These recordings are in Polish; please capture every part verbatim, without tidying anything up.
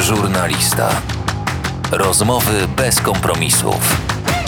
Żurnalista. Rozmowy bez kompromisów.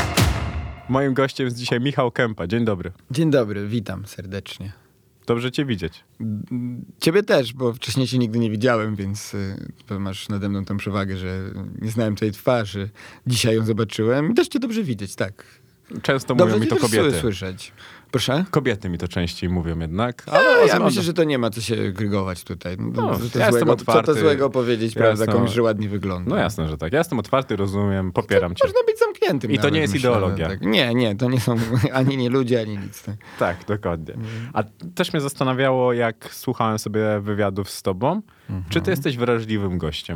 Moim gościem jest dzisiaj Michał Kępa. Dzień dobry. Dzień dobry, witam serdecznie. Dobrze cię widzieć. Ciebie też, bo wcześniej cię nigdy nie widziałem, więc y, masz nade mną tę przewagę, że nie znałem twojej twarzy. Dzisiaj ją zobaczyłem i też cię dobrze widzieć, tak. Często Dobrze mówią mi to cię kobiety. Dobrze słyszeć. Proszę? Kobiety mi to częściej mówią jednak. Ale ja rozglądam. myślę, że to nie ma co się krygować tutaj. No, No, co, to ja jestem złego, otwarty. co to złego powiedzieć, Ja prawda, jestem- komuś, że ładnie wygląda. No jasne, że tak. Ja jestem otwarty, rozumiem, popieram cię. Można być zamkniętym. I to nawet, nie jest myślę, ideologia. Tak. Nie, nie, to nie są ani nie ludzie, ani nic. Tak. Tak, dokładnie. A też mnie zastanawiało, jak słuchałem sobie wywiadów z tobą, czy ty jesteś wrażliwym gościem?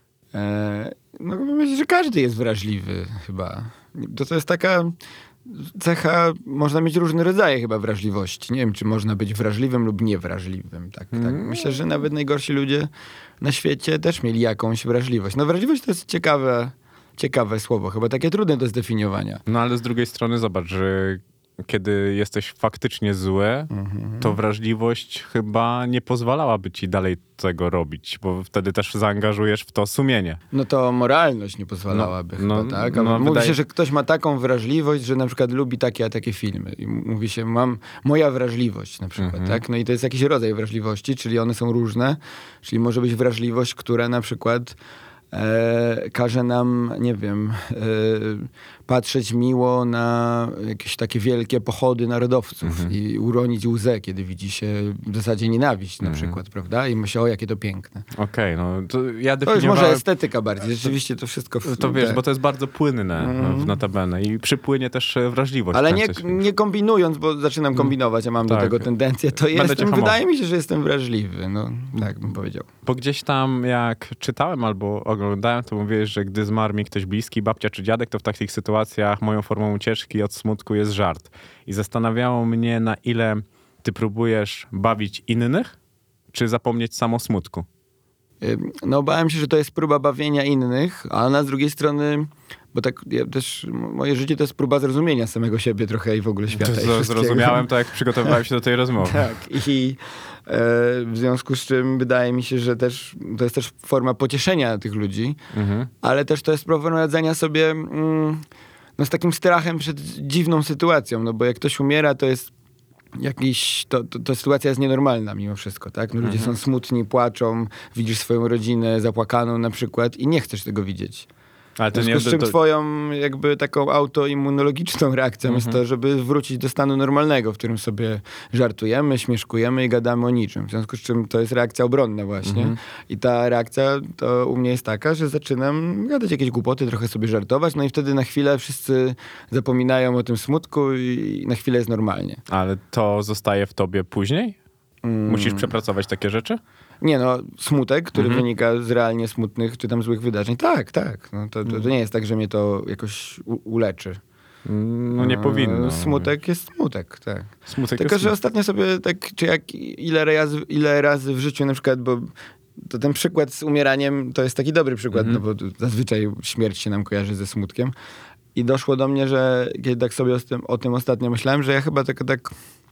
E, no myślę, że każdy jest wrażliwy chyba. To, to jest taka cecha, można mieć różne rodzaje chyba wrażliwości. Nie wiem, czy można być wrażliwym lub niewrażliwym. Tak, tak. Myślę, że nawet najgorsi ludzie na świecie też mieli jakąś wrażliwość. No wrażliwość to jest ciekawe, ciekawe słowo, chyba takie trudne do zdefiniowania. No ale z drugiej strony zobacz, że kiedy jesteś faktycznie zły, to wrażliwość chyba nie pozwalałaby ci dalej tego robić, bo wtedy też zaangażujesz w to sumienie. No to moralność nie pozwalałaby No, chyba, no, tak? no, No, mówi wydaje- się, że ktoś ma taką wrażliwość, że na przykład lubi takie a takie filmy. I m- mówi się, mam moja wrażliwość na przykład, Mhm. tak? No i to jest jakiś rodzaj wrażliwości, czyli one są różne. Czyli może być wrażliwość, która na przykład e, każe nam, nie wiem, e, patrzeć miło na jakieś takie wielkie pochody narodowców i uronić łzę, kiedy widzi się w zasadzie nienawiść na przykład, prawda? I myślę, o jakie to piękne. Okej, no to ja To już definiowałem... może estetyka bardziej. Rzeczywiście to wszystko... w- To wiesz, te- bo to jest bardzo płynne w notabene i przypłynie też e, wrażliwość. Ale często nie, się- nie kombinując, bo zaczynam kombinować, a mam Tak. do tego tendencję, to Będę cię jestem, hamował. wydaje mi się, że jestem wrażliwy. No, tak bym powiedział. Bo gdzieś tam jak czytałem albo oglądałem, to mówiłeś, że gdy zmarł mi ktoś bliski, babcia czy dziadek, to w takich sytuacjach moją formą ucieczki od smutku jest żart. I zastanawiało mnie, na ile ty próbujesz bawić innych, czy zapomnieć sam o smutku. Ym, No bałem się, że to jest próba bawienia innych, a z drugiej strony, bo tak ja też, m- moje życie to jest próba zrozumienia samego siebie trochę i w ogóle świata. i Z- wszystkiego. Zrozumiałem to, jak przygotowywałem się do tej rozmowy. Tak. I e, w związku z czym wydaje mi się, że też to jest też forma pocieszenia tych ludzi, Mhm. ale też to jest próba radzenia sobie mm, no, z takim strachem przed dziwną sytuacją, no bo jak ktoś umiera, to jest jakiś, to, to, to sytuacja jest nienormalna mimo wszystko, tak? No, ludzie są smutni, płaczą, widzisz swoją rodzinę zapłakaną na przykład i nie chcesz tego widzieć. Ale W to nie związku z czym to, twoją jakby taką autoimmunologiczną reakcją jest to, żeby wrócić do stanu normalnego, w którym sobie żartujemy, śmieszkujemy i gadamy o niczym. W związku z czym to jest reakcja obronna właśnie. I ta reakcja to u mnie jest taka, że zaczynam gadać jakieś głupoty, trochę sobie żartować, no i wtedy na chwilę wszyscy zapominają o tym smutku i na chwilę jest normalnie. ale to zostaje w tobie później? Musisz przepracować takie rzeczy? Nie no, smutek, który wynika z realnie smutnych czy tam złych wydarzeń. Tak, tak. No, to, to, to nie jest tak, że mnie to jakoś u- uleczy. No nie E, powinno. Smutek jest smutek, tak. Smutek Tylko, jest... że ostatnio sobie tak, czy jak ile razy, ile razy w życiu na przykład, bo to ten przykład z umieraniem to jest taki dobry przykład, no bo tu zazwyczaj śmierć się nam kojarzy ze smutkiem. I doszło do mnie, że kiedy tak sobie o tym, o tym ostatnio myślałem, że ja chyba tak, tak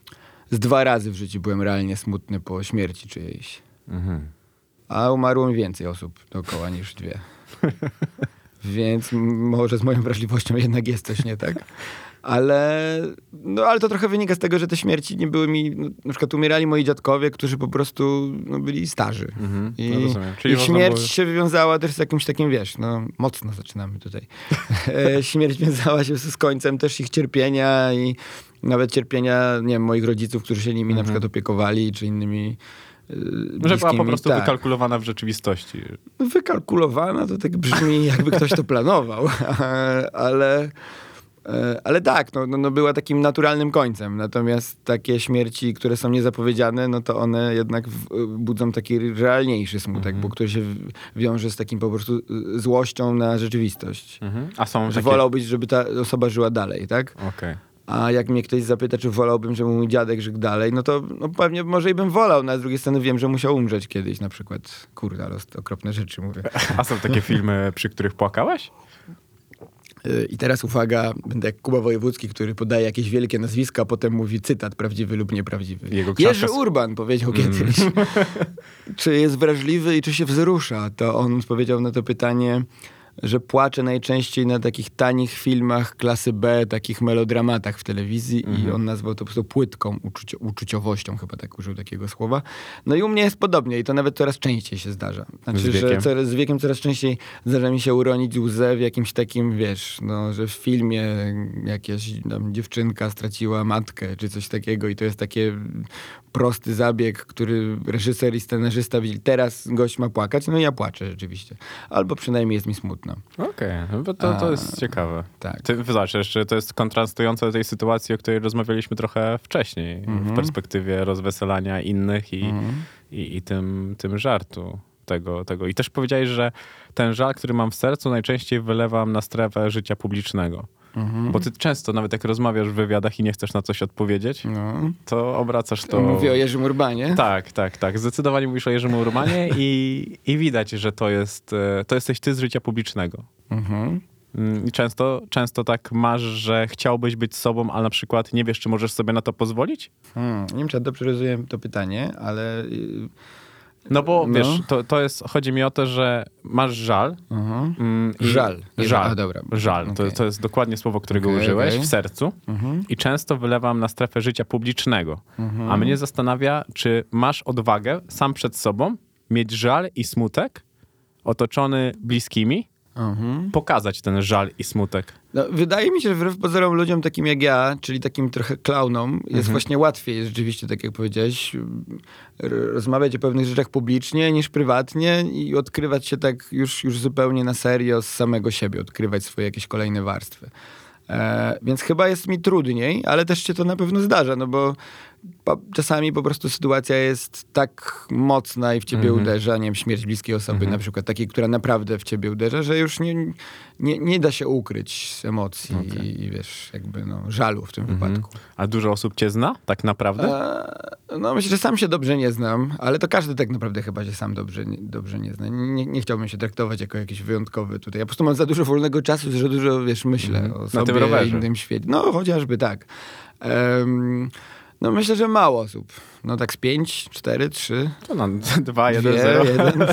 z dwa razy w życiu byłem realnie smutny po śmierci czyjejś. Mhm. A umarło mi więcej osób dookoła niż dwie. Więc m- może z moją wrażliwością jednak jest coś nie tak. Ale, no, ale to trochę wynika z tego, że te śmierci nie były mi... No, na przykład umierali moi dziadkowie, którzy po prostu no, byli starzy. Mhm. I, No rozumiem. Czyli i można śmierć było- się wywiązała też z jakimś takim, wiesz, no mocno zaczynamy tutaj. E, śmierć wiązała się z końcem też ich cierpienia i nawet cierpienia, nie wiem, moich rodziców, którzy się nimi na przykład opiekowali, czy innymi e, Że była po bliskimi. prostu Tak. wykalkulowana w rzeczywistości. No, wykalkulowana, to tak brzmi, jakby ktoś to planował, ale, e, ale tak, no, no, no była takim naturalnym końcem. Natomiast takie śmierci, które są niezapowiedziane, no to one jednak w, budzą taki realniejszy smutek, bo który się w- wiąże z takim po prostu y, złością na rzeczywistość. Mhm. A są Że takie... wolałbyś, żeby ta osoba żyła dalej, tak? Okej. A jak mnie ktoś zapyta, czy wolałbym, żeby mój dziadek żył dalej, no to no pewnie może i bym wolał, no, a z drugiej strony wiem, że musiał umrzeć kiedyś na przykład. Kurde, ale okropne rzeczy mówię. A są takie filmy, przy których płakałeś? I teraz uwaga, będę jak Kuba Wojewódzki, który podaje jakieś wielkie nazwiska, a potem mówi cytat prawdziwy lub nieprawdziwy. Jego książka Jerzy z- Urban powiedział kiedyś, czy jest wrażliwy i czy się wzrusza. To on powiedział na to pytanie, że płacze najczęściej na takich tanich filmach klasy B, takich melodramatach w telewizji Mhm. i on nazwał to po prostu płytką uczucio- uczuciowością, chyba tak użył takiego słowa. No i u mnie jest podobnie i to nawet coraz częściej się zdarza. Z Znaczy, że wiekiem. coraz, z wiekiem coraz częściej zdarza mi się uronić łzę w jakimś takim, wiesz, no, że w filmie jakaś tam dziewczynka straciła matkę, czy coś takiego i to jest taki prosty zabieg, który reżyser i scenarzysta widzieli. Teraz gość ma płakać, no i ja płaczę rzeczywiście. Albo przynajmniej jest mi smutno. Okej, no bo to, to A, jest ciekawe. tak. Ty, zobacz, jeszcze to jest kontrastujące do tej sytuacji, o której rozmawialiśmy trochę wcześniej, Mhm. w perspektywie rozweselania innych i, i, i tym, tym żartu tego, tego. I też powiedziałeś, że ten żal, który mam w sercu, najczęściej wylewam na strefę życia publicznego. Mhm. Bo ty często, nawet jak rozmawiasz w wywiadach i nie chcesz na coś odpowiedzieć, No. to obracasz to... To mówię o Jerzym Urbanie. Tak, tak, tak. Zdecydowanie mówisz o Jerzym Urbanie i, i widać, że to jest, e, to jesteś ty z życia publicznego. Mhm. Mm, I często, często tak masz, że chciałbyś być sobą, ale na przykład nie wiesz, czy możesz sobie na to pozwolić? Hmm. Nie wiem, czy ja dobrze rozumiem to pytanie, ale... y, No bo No. wiesz, to, to jest, chodzi mi o to, że masz żal. Mhm. mm, i- Żal. Nie, Żal. a, dobra. Żal. To, Okej. to jest dokładnie słowo, którego Okej, użyłeś okej. w sercu. Mhm. I często wylewam na strefę życia publicznego. Mhm. A mnie zastanawia, czy masz odwagę sam przed sobą mieć żal i smutek otoczony bliskimi, Mhm. pokazać ten żal i smutek. No, wydaje mi się, że wbrew pozorom ludziom takim jak ja, czyli takim trochę klaunom, jest Mhm. właśnie łatwiej rzeczywiście, tak jak powiedziałeś, r- rozmawiać o pewnych rzeczach publicznie niż prywatnie i odkrywać się tak już, już zupełnie na serio z samego siebie, odkrywać swoje jakieś kolejne warstwy. E, więc chyba jest mi trudniej, ale też się to na pewno zdarza, no bo pa, czasami po prostu sytuacja jest tak mocna i w ciebie Mhm. uderza, nie wiem, śmierć bliskiej osoby na przykład, takiej, która naprawdę w ciebie uderza, że już nie, nie, nie da się ukryć z emocji i, i wiesz, jakby no, żalu w tym wypadku. A dużo osób cię zna, tak naprawdę? E, no myślę, że sam się dobrze nie znam, ale to każdy tak naprawdę chyba się sam dobrze, nie, dobrze nie zna. Nie, nie chciałbym się traktować jako jakiś wyjątkowy tutaj. Ja po prostu mam za dużo wolnego czasu, że dużo, wiesz, myślę Mhm. o Na sobie, tym rowerze. innym świecie. No chociażby tak. Em, no myślę, że mało osób. No tak z pięć, cztery, trzy, To na dwa, jeden, dwie, zero. jeden.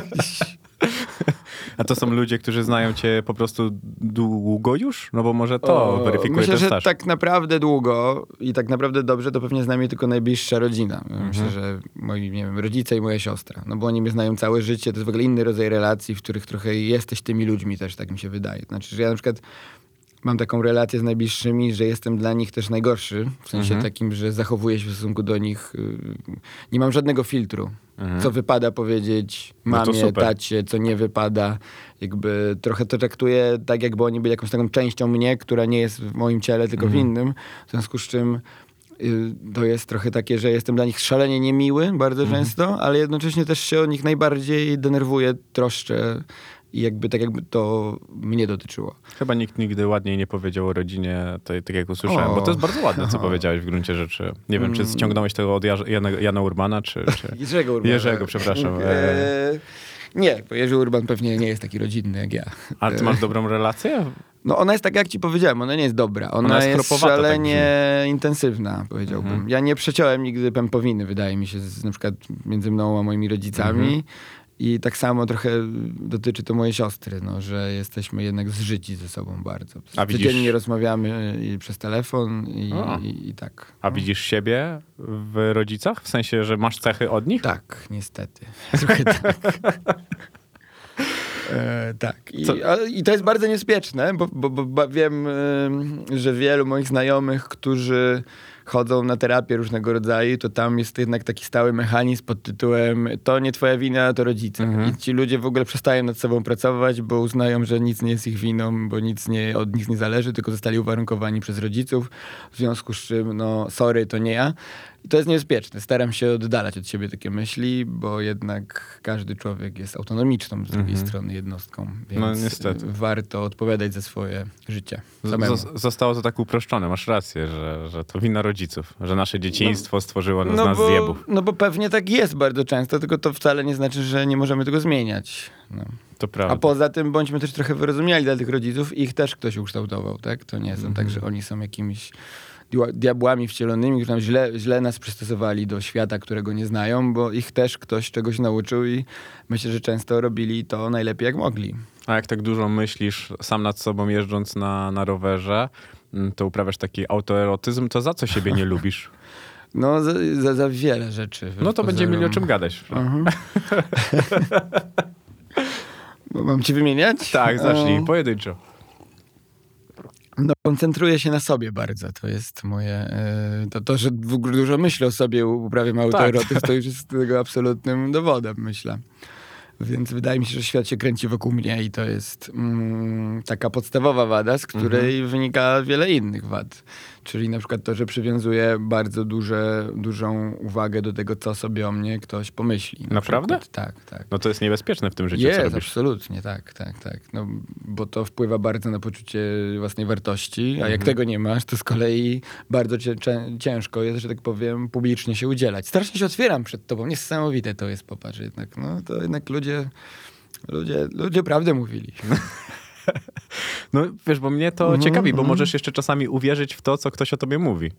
A to są ludzie, którzy znają cię po prostu długo już? No bo może to O, weryfikuje Myślę, ten że staż. tak naprawdę długo i tak naprawdę dobrze to pewnie z nami tylko najbliższa rodzina. Myślę, że moi, nie wiem, rodzice i moja siostra. No bo oni mnie znają całe życie. To jest w ogóle inny rodzaj relacji, w których trochę jesteś tymi ludźmi też, tak mi się wydaje. Znaczy, że ja na przykład mam taką relację z najbliższymi, że jestem dla nich też najgorszy. W sensie Mhm. takim, że zachowuję się w stosunku do nich. y, Nie mam żadnego filtru. Mhm. Co wypada powiedzieć No to mamie, super. tacie, co nie wypada. Jakby trochę to traktuję tak, jakby oni byli jakąś taką częścią mnie, która nie jest w moim ciele, tylko Mhm. w innym. W związku z czym y, to jest trochę takie, że jestem dla nich szalenie niemiły bardzo Mhm. często, ale jednocześnie też się o nich najbardziej denerwuję, troszczę. I jakby tak jakby to mnie dotyczyło. Chyba nikt nigdy ładniej nie powiedział o rodzinie, tej, tak jak usłyszałem, O. bo to jest bardzo ładne, co powiedziałeś w gruncie rzeczy. Nie wiem, czy Mm. ściągnąłeś tego od Jar- Jana, Jana Urbana, czy... czy... Jerzego Urbana. Jerzego, przepraszam. Eee, nie, bo Jerzy Urban pewnie nie jest taki rodzinny jak ja. Ale ty masz dobrą relację? No ona jest tak, jak ci powiedziałem, ona nie jest dobra. Ona, Ona jest jest, kropowata, tak szalenie intensywna, powiedziałbym. Mhm. Ja nie przeciąłem nigdy pępowiny, wydaje mi się, z, na przykład między mną a moimi rodzicami. Mhm. I tak samo trochę dotyczy to mojej siostry, no, że jesteśmy jednak zżyci ze sobą bardzo. A widzisz- Codziennie rozmawiamy i przez telefon i, A. i, i tak. A widzisz siebie w rodzicach? W sensie, że masz cechy od nich? Tak, niestety. Trochę tak. E, tak. I, Co- a, I to jest bardzo niebezpieczne, bo, bo, bo, bo wiem, y, że wielu moich znajomych, którzy chodzą na terapię różnego rodzaju, to tam jest jednak taki stały mechanizm pod tytułem to nie twoja wina, to rodzice. Mhm. I ci ludzie w ogóle przestają nad sobą pracować, bo uznają, że nic nie jest ich winą, bo nic nie, od nich nie zależy, tylko zostali uwarunkowani przez rodziców. W związku z czym, no sorry, to nie ja. I to jest niebezpieczne. Staram się oddalać od siebie takie myśli, bo jednak każdy człowiek jest autonomiczną z drugiej Mhm. strony jednostką, więc No, niestety. warto odpowiadać za swoje życie Z- samemu. zos- Zostało to tak uproszczone, masz rację, że, że to wina rodziców, że nasze dzieciństwo stworzyło z nas bo, zjebów. no bo pewnie tak jest bardzo często, tylko to wcale nie znaczy, że nie możemy tego zmieniać. No. To prawda. A poza tym bądźmy też trochę wyrozumiali dla tych rodziców, ich też ktoś ukształtował, tak? To nie są Mhm. tak, że oni są jakimiś diła- diabłami wcielonymi, którzy nam źle, źle nas przystosowali do świata, którego nie znają, bo ich też ktoś czegoś nauczył i myślę, że często robili to najlepiej jak mogli. A jak tak dużo myślisz sam nad sobą jeżdżąc na, na rowerze, mm, to uprawiasz taki autoerotyzm, to za co siebie nie lubisz? No za, za, za wiele rzeczy. No to będziemy mieli o czym gadać. Mhm. Bo mam ci wymieniać? Tak, zacznij, E, pojedynczo. No, koncentruję się na sobie bardzo. To jest moje... e, To, to że w ogóle dużo myślę o sobie, uprawiam autoerotyzm, to już jest tego absolutnym dowodem, myślę. Więc wydaje mi się, że świat się kręci wokół mnie i to jest mm, taka podstawowa wada, z której wynika wiele innych wad. Czyli na przykład to, że przywiązuję bardzo duże, dużą uwagę do tego, co sobie o mnie ktoś pomyśli. Na Naprawdę? przykład. Tak, tak. No to jest niebezpieczne w tym życiu, co Jest, robisz. absolutnie, tak, tak, tak. No, bo to wpływa bardzo na poczucie własnej wartości, a jak Mhm. tego nie masz, to z kolei bardzo cię, cię, ciężko jest, że tak powiem, publicznie się udzielać. Strasznie się otwieram przed tobą, niesamowite to jest, popatrz, jednak, no to jednak ludzie, ludzie, ludzie prawdę mówili. No wiesz, bo mnie to Mhm, ciekawi, bo mhm. możesz jeszcze czasami uwierzyć w to, co ktoś o tobie mówi.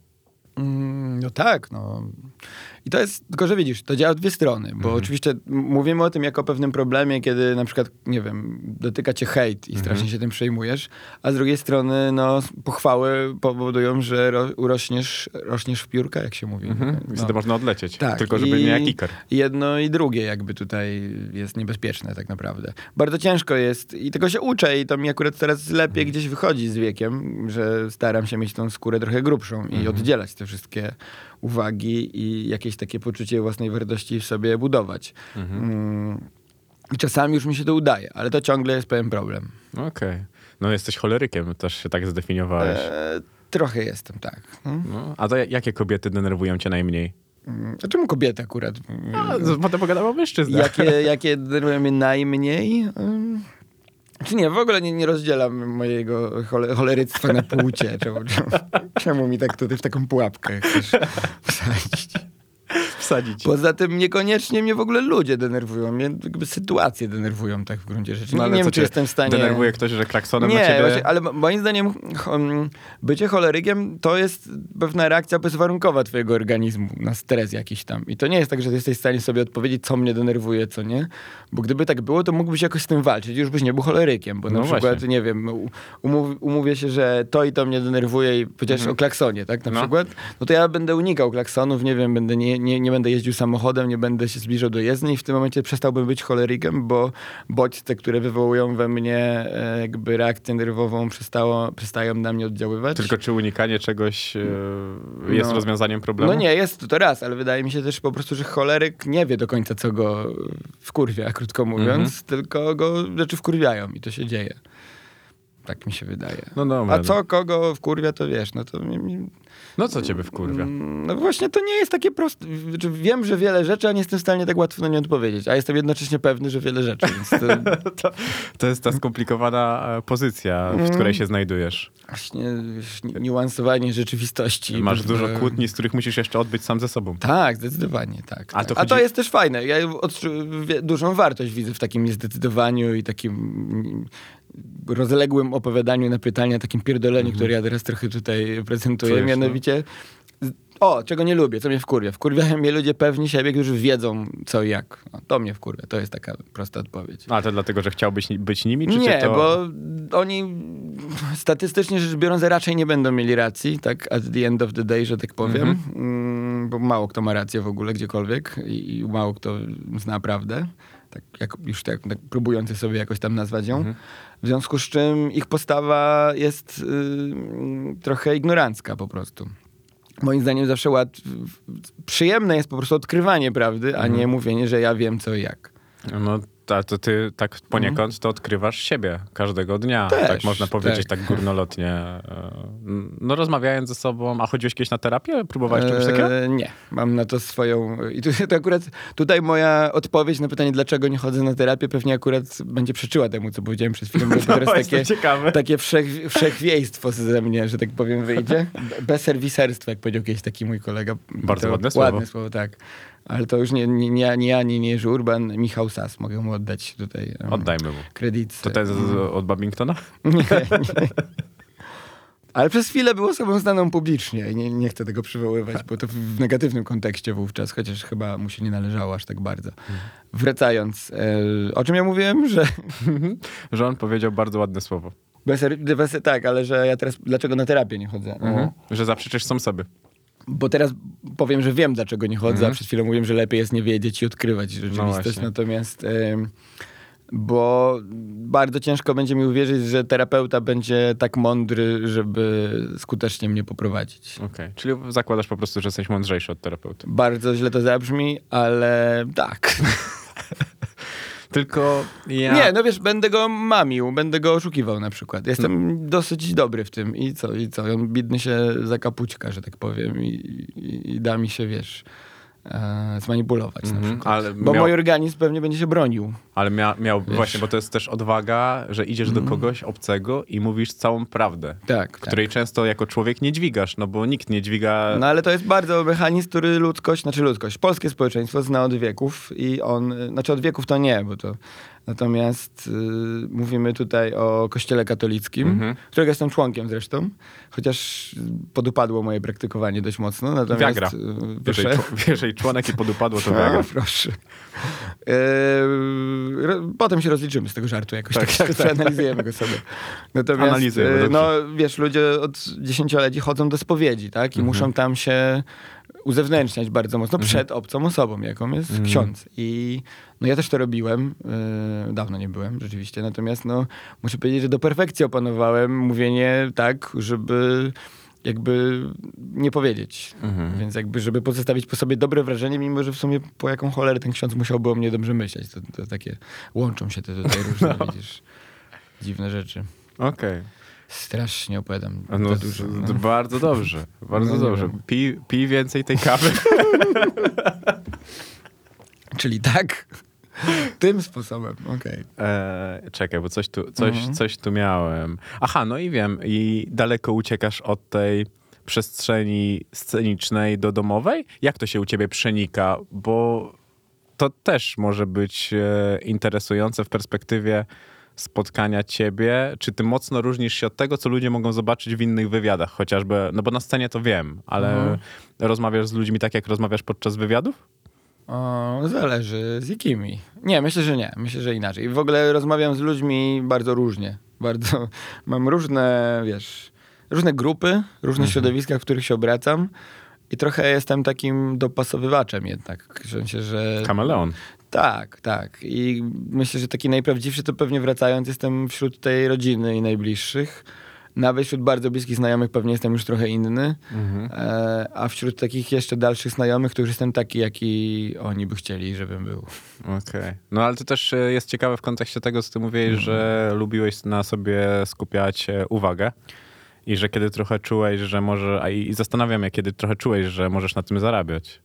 Mm, No tak, no. I to jest, tylko że widzisz, to działa w dwie strony, bo Mhm. oczywiście m- mówimy o tym jako o pewnym problemie, kiedy na przykład, nie wiem, dotyka cię hejt i strasznie się tym przejmujesz, a z drugiej strony, no, pochwały powodują, że ro, urośniesz, rośniesz w piórka, jak się mówi. Mhm. No. I wtedy można odlecieć. Tak, Tylko żeby i- nie jak Iker. Jedno i drugie jakby tutaj jest niebezpieczne tak naprawdę. Bardzo ciężko jest i tego się uczę i to mi akurat teraz lepiej gdzieś wychodzi z wiekiem, że staram się mieć tą skórę trochę grubszą i oddzielać te wszystkie uwagi i jakieś takie poczucie własnej wartości w sobie budować. Mm. I czasami już mi się to udaje, ale to ciągle jest pewien problem. Okej. No jesteś cholerykiem, też się tak zdefiniowałeś. E, trochę jestem, tak. Mm. No, a to jakie kobiety denerwują cię najmniej? Mm. A czemu kobiety akurat? A, z- potem pogadamy o mężczyznach. Jakie, jakie denerwują mnie najmniej? Ym, Czy nie, w ogóle nie, nie rozdzielam mojego chole, choleryctwa na płcie. Czemu, czemu, czemu mi tak tutaj w taką pułapkę chcesz wsadzić? Wsadzić. Poza tym niekoniecznie mnie w ogóle ludzie denerwują. Mnie jakby sytuacje denerwują tak w gruncie rzeczy. No, nie ale wiem, co czy cię jestem w stanie... Denerwuje ktoś, że klaksonem Nie, na ciebie... właśnie, ale moim zdaniem um, bycie cholerykiem to jest pewna reakcja bezwarunkowa twojego organizmu na stres jakiś tam. I to nie jest tak, że ty jesteś w stanie sobie odpowiedzieć, co mnie denerwuje, co nie. Bo gdyby tak było, to mógłbyś jakoś z tym walczyć. Już byś nie był cholerykiem, bo na No przykład, właśnie. nie wiem, u- umów, umówię się, że to i to mnie denerwuje i powiedziałeś o klaksonie, tak, na No. przykład. No to ja będę unikał klaksonów, nie wiem, będę nie, nie, nie będę jeździł samochodem, nie będę się zbliżał do jezdni i w tym momencie przestałbym być cholerykiem, bo bodźce, które wywołują we mnie e, jakby reakcję nerwową przestało, przestają na mnie oddziaływać. Tylko czy unikanie czegoś e, jest No. rozwiązaniem problemu? No nie, jest to raz, ale wydaje mi się też po prostu, że choleryk nie wie do końca, co go wkurwia, krótko mówiąc, Mhm. tylko go rzeczy wkurwiają i to się dzieje. Tak mi się wydaje. No dobra. A co kogo wkurwia, to wiesz, no to... mi- mi- No co ciebie wkurwia? No właśnie to nie jest takie proste. Znaczy, wiem, że wiele rzeczy, a nie jestem w stanie tak łatwo na nie odpowiedzieć. A jestem jednocześnie pewny, że wiele rzeczy. Więc to To, to jest ta skomplikowana e, pozycja, w Mm. której się znajdujesz. właśnie wiesz, ni- niuansowanie rzeczywistości. Masz Bo- dużo kłótni, z których musisz jeszcze odbyć sam ze sobą. Tak, zdecydowanie, tak. A A to to, a to chodzi- jest też fajne. Ja odczu- wie- dużą wartość widzę w takim niezdecydowaniu i takim mm, rozległym opowiadaniu na pytania, takim pierdoleniu, Mhm. które ja teraz trochę tutaj prezentuję. Czujesz, no? Mianowicie, z- o, czego nie lubię, co mnie wkurwia. Wkurwiają mnie ludzie pewni siebie, którzy wiedzą co i jak. O, to mnie wkurwia. To jest taka prosta odpowiedź. A to dlatego, że chciałbyś ni- być nimi, czy Nie, cię to... bo oni statystycznie rzecz biorąc raczej nie będą mieli racji, tak at the end of the day, że tak powiem, Mhm. mm, bo mało kto ma rację w ogóle gdziekolwiek i, i mało kto zna prawdę, tak jak, już tak, tak próbujący sobie jakoś tam nazwać ją. Mhm. W związku z czym ich postawa jest y, trochę ignorancka po prostu. Moim zdaniem zawsze łat... przyjemne jest po prostu odkrywanie prawdy, a Mhm. nie mówienie, że ja wiem co i jak. No to, to ty tak poniekąd to odkrywasz siebie każdego dnia. Też, tak można powiedzieć, tak, tak górnolotnie. E, No rozmawiając ze sobą, a chodziłeś kiedyś na terapię? Próbowałeś czegoś takiego? Eee, nie, mam na to swoją... I tu, to akurat tutaj moja odpowiedź na pytanie, dlaczego nie chodzę na terapię, pewnie akurat będzie przeczyła temu, co powiedziałem przed chwilą, bo to teraz takie, ciekawe. takie wszech, wszechwiejstwo ze mnie, że tak powiem, wyjdzie. Bezserwiserstwo, jak powiedział kiedyś taki mój kolega. Bardzo to ładne słowo. Ładne słowo, tak. Ale to już nie, nie, nie, nie ja, nie, nie Jerzy Urban, Michał Sas. Mogę mu oddać tutaj um, Oddajmy mu. kredyt. To to jest od Babingtona? Nie, nie. Ale przez chwilę był osobą znaną publicznie i nie, nie chcę tego przywoływać, bo to w negatywnym kontekście wówczas, chociaż chyba mu się nie należało aż tak bardzo. Wracając, e, o czym ja mówiłem, że... Że on powiedział bardzo ładne słowo. Bez, bez, tak, ale że ja teraz dlaczego na terapię nie chodzę? No. Mhm. Że zaprzeczysz sam sobie. Bo teraz powiem, że wiem, dlaczego nie chodzę, Mhm. a przed chwilą mówiłem, że lepiej jest nie wiedzieć i odkrywać rzeczywistość. właśnie. Natomiast... em, bo bardzo ciężko będzie mi uwierzyć, że terapeuta będzie tak mądry, żeby skutecznie mnie poprowadzić. Okej. Czyli zakładasz po prostu, że jesteś mądrzejszy od terapeuty. Bardzo źle to zabrzmi, ale tak. Tylko ja... Nie, no wiesz, będę go mamił, będę go oszukiwał na przykład. Jestem dosyć dobry w tym. I co, i co? On biedny się zakapućka, że tak powiem. I, i, i da mi się, wiesz, e, zmanipulować na Mhm, przykład. ale Bo miał- mój organizm pewnie będzie się bronił. Ale mia, miał Wiesz. właśnie, bo to jest też odwaga, że idziesz Mhm. do kogoś obcego i mówisz całą prawdę, Tak, której często jako człowiek nie dźwigasz, no bo nikt nie dźwiga... No ale to jest bardzo mechanizm, który ludzkość, znaczy ludzkość, polskie społeczeństwo zna od wieków i on, y, znaczy od wieków to nie, bo to natomiast y, mówimy tutaj o kościele katolickim, Mhm. którego jestem członkiem zresztą, chociaż podupadło moje praktykowanie dość mocno, natomiast... Viagra. y, Jeżeli, proszę. czł- jeżeli członek i podupadło, to A, Viagra. proszę. Eee, ro- potem się rozliczymy z tego żartu jakoś, Tak, tak, tak, tak, tak. przeanalizujemy go sobie. Natomiast, Analizujemy, e, dobrze. no wiesz, ludzie od dziesięcioleci chodzą do spowiedzi, tak? I Mhm. muszą tam się uzewnętrzniać bardzo mocno przed obcą osobą, jaką jest Mhm. ksiądz. I no ja też to robiłem, e, dawno nie byłem rzeczywiście, natomiast no muszę powiedzieć, że do perfekcji opanowałem mówienie tak, żeby jakby nie powiedzieć. Mhm. Więc jakby, żeby pozostawić po sobie dobre wrażenie, mimo że w sumie po jaką cholerę ten ksiądz musiałby o mnie dobrze myśleć. To, to takie, łączą się te tutaj różne, No. widzisz, dziwne rzeczy. Okej. Strasznie opowiadam No, za z- dużo. z- No. bardzo dobrze, bardzo No, nie dobrze. wiem. Pij, pij więcej tej kawy. Czyli tak? Tym sposobem, okej. E, czekaj, bo coś tu, coś, Mhm. coś tu miałem. Aha, no i wiem. I daleko uciekasz od tej przestrzeni scenicznej do domowej? Jak to się u ciebie przenika? Bo to też może być e, interesujące w perspektywie spotkania ciebie. Czy ty mocno różnisz się od tego, co ludzie mogą zobaczyć w innych wywiadach? Chociażby, no bo na scenie to wiem, ale Mhm. rozmawiasz z ludźmi tak, jak rozmawiasz podczas wywiadów? O, zależy z jakimi. Nie, myślę, że nie. Myślę, że inaczej. W ogóle rozmawiam z ludźmi bardzo różnie. Bardzo, mam różne, wiesz, różne grupy, różne środowiska, w których się obracam i trochę jestem takim dopasowywaczem jednak. W sensie, że... Kameleon. Tak, tak. I myślę, że taki najprawdziwszy to pewnie wracając jestem wśród tej rodziny i najbliższych. Nawet wśród bardzo bliskich znajomych pewnie jestem już trochę inny. Mhm. E, a wśród takich jeszcze dalszych znajomych to już jestem taki, jaki oni by chcieli, żebym był. Okej. No ale to też e, jest ciekawe w kontekście tego, co ty mówiłeś, że lubiłeś na sobie skupiać e, uwagę i że kiedy trochę czułeś, że może... A i i zastanawiam się, kiedy trochę czułeś, że możesz na tym zarabiać.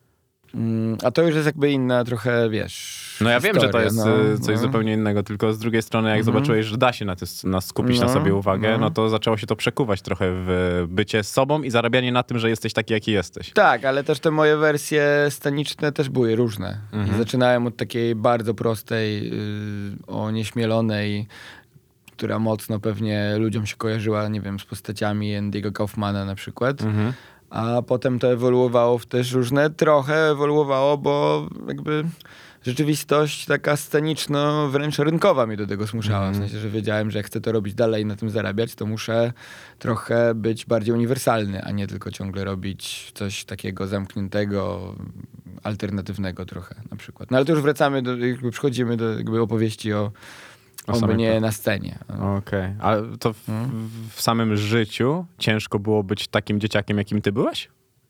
Mm, a to już jest jakby inna trochę, wiesz... No ja wiem, że to historia, jest no, e, coś no. zupełnie innego, tylko z drugiej strony jak Mhm. zobaczyłeś, że da się na, ty, na skupić na No, sobie uwagę, no. no. to zaczęło się to przekuwać trochę w bycie sobą i zarabianie na tym, że jesteś taki, jaki jesteś. Tak, ale też te moje wersje sceniczne też były różne. Mhm. I zaczynałem od takiej bardzo prostej, yy, onieśmielonej, która mocno pewnie ludziom się kojarzyła, nie wiem, z postaciami Andy'ego Kaufmana na przykład. Mhm. A potem to ewoluowało w też różne, trochę ewoluowało, bo jakby rzeczywistość taka sceniczno, wręcz rynkowa mnie do tego zmuszała. Mhm. W sensie, że wiedziałem, że jak chcę to robić dalej i na tym zarabiać, to muszę trochę być bardziej uniwersalny, a nie tylko ciągle robić coś takiego zamkniętego, alternatywnego trochę na przykład. No ale to już wracamy, do, jakby przychodzimy do jakby opowieści o, O o samej mnie pra- na scenie. Okej. Ale to w, Mhm. w samym życiu ciężko było być takim dzieciakiem, jakim ty byłeś?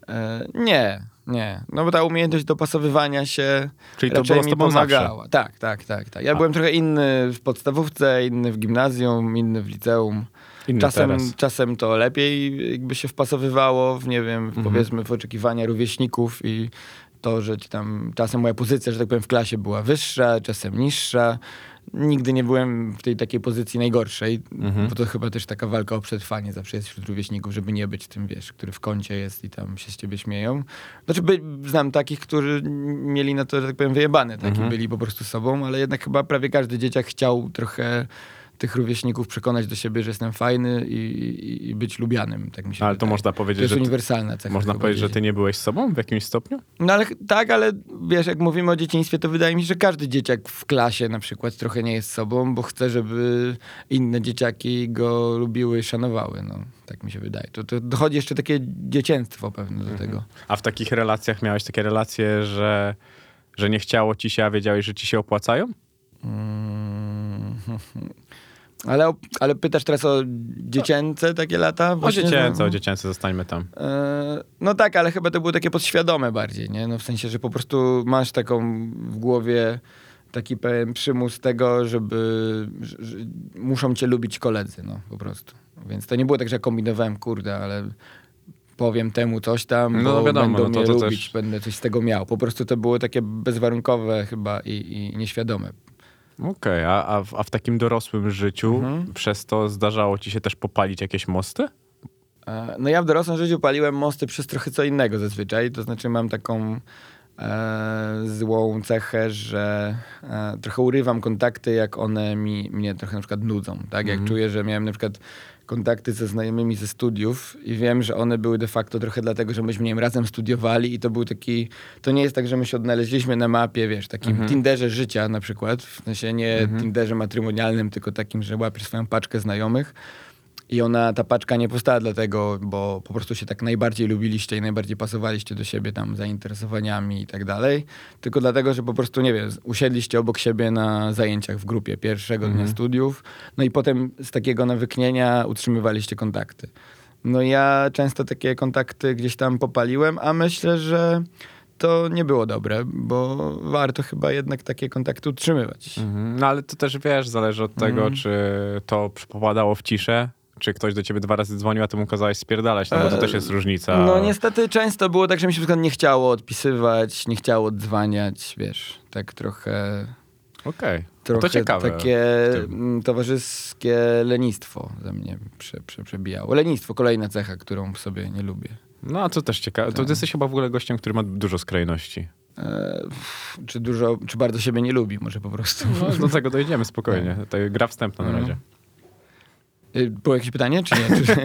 E, nie, nie. No bo ta umiejętność dopasowywania się Czyli to raczej było z mi tobą pomagała. zawsze. Tak, tak, tak, tak. Ja A. byłem trochę inny w podstawówce, inny w gimnazjum, inny w liceum. Inny Czasem, teraz. czasem to lepiej jakby się wpasowywało w, nie wiem, w, Mhm. powiedzmy w oczekiwania rówieśników i to, że ci tam czasem moja pozycja, że tak powiem, w klasie była wyższa, czasem niższa. Nigdy nie byłem w tej takiej pozycji najgorszej, Mhm. bo to chyba też taka walka o przetrwanie zawsze jest wśród rówieśników, żeby nie być tym, wiesz, który w kącie jest i tam się z ciebie śmieją. Znaczy, by, znam takich, którzy mieli na to, że tak powiem, wyjebane, taki Mhm. byli po prostu sobą, ale jednak chyba prawie każdy dzieciak chciał trochę tych rówieśników przekonać do siebie, że jestem fajny i, i, i być lubianym, tak mi się Ale to wydaje. można To powiedzieć, jest że ty, uniwersalna cecha. można chyba powiedzieć, że dzieci. ty nie byłeś sobą w jakimś stopniu? No ale tak, ale wiesz, jak mówimy o dzieciństwie, to wydaje mi się, że każdy dzieciak w klasie na przykład trochę nie jest sobą, bo chce, żeby inne dzieciaki go lubiły i szanowały. No, tak mi się wydaje. To, to dochodzi jeszcze takie dziecięctwo pewne do tego. A w takich relacjach miałeś takie relacje, że, że nie chciało ci się, a wiedziałeś, że ci się opłacają? Mm. Ale, ale pytasz teraz o dziecięce takie lata? O Właśnie, dziecięce, no. o dziecięce, zostańmy tam. E, No tak, ale chyba to było takie podświadome bardziej, nie? No w sensie, że po prostu masz taką w głowie taki pewien przymus tego, żeby że, że muszą cię lubić koledzy, no po prostu. Więc to nie było tak, że ja kombinowałem, kurde, ale powiem temu coś tam, No bo wiadomo, będą no to- mnie to lubić, też- będę coś z tego miał. Po prostu to było takie bezwarunkowe chyba i, i nieświadome. Okej, a, a, w- a w takim dorosłym życiu Mhm. przez to zdarzało ci się też popalić jakieś mosty? E, No ja w dorosłym życiu paliłem mosty przez trochę co innego zazwyczaj, to znaczy mam taką e, złą cechę, że e, trochę urywam kontakty, jak one mi, mnie trochę na przykład nudzą, tak? Jak czuję, że miałem na przykład kontakty ze znajomymi ze studiów i wiem, że one były de facto trochę dlatego, że myśmy, nie wiem, razem studiowali i to był taki, to nie jest tak, że my się odnaleźliśmy na mapie, wiesz, takim Tinderze życia na przykład, w sensie nie Tinderze matrymonialnym, tylko takim, że łapiesz swoją paczkę znajomych. I ona, ta paczka nie powstała dlatego, bo po prostu się tak najbardziej lubiliście i najbardziej pasowaliście do siebie tam zainteresowaniami i tak dalej, tylko dlatego, że po prostu, nie wiem, usiedliście obok siebie na zajęciach w grupie pierwszego dnia studiów, no i potem z takiego nawyknienia utrzymywaliście kontakty. No ja często takie kontakty gdzieś tam popaliłem, a myślę, że to nie było dobre, bo warto chyba jednak takie kontakty utrzymywać. Mhm. No ale to też wiesz, zależy od tego, Mhm. czy to popadało w ciszę, czy ktoś do ciebie dwa razy dzwonił, a ty mu kazałeś spierdalać, no bo to E, też jest różnica. No niestety często było tak, że mi się na przykład nie chciało odpisywać, nie chciało odzwaniać, wiesz, tak trochę, Okej, no trochę to ciekawe. takie w tym. mm, towarzyskie lenistwo ze mnie prze, prze, przebijało. Lenistwo, kolejna cecha, którą w sobie nie lubię. No a co też ciekawe, to ty jesteś chyba w ogóle gościem, który ma dużo skrajności. E, pff, czy dużo, czy bardzo siebie nie lubi, może po prostu. No, do tego dojdziemy spokojnie. To gra wstępna na Mhm. razie. Y, Było jakieś pytanie, czy nie? Czy...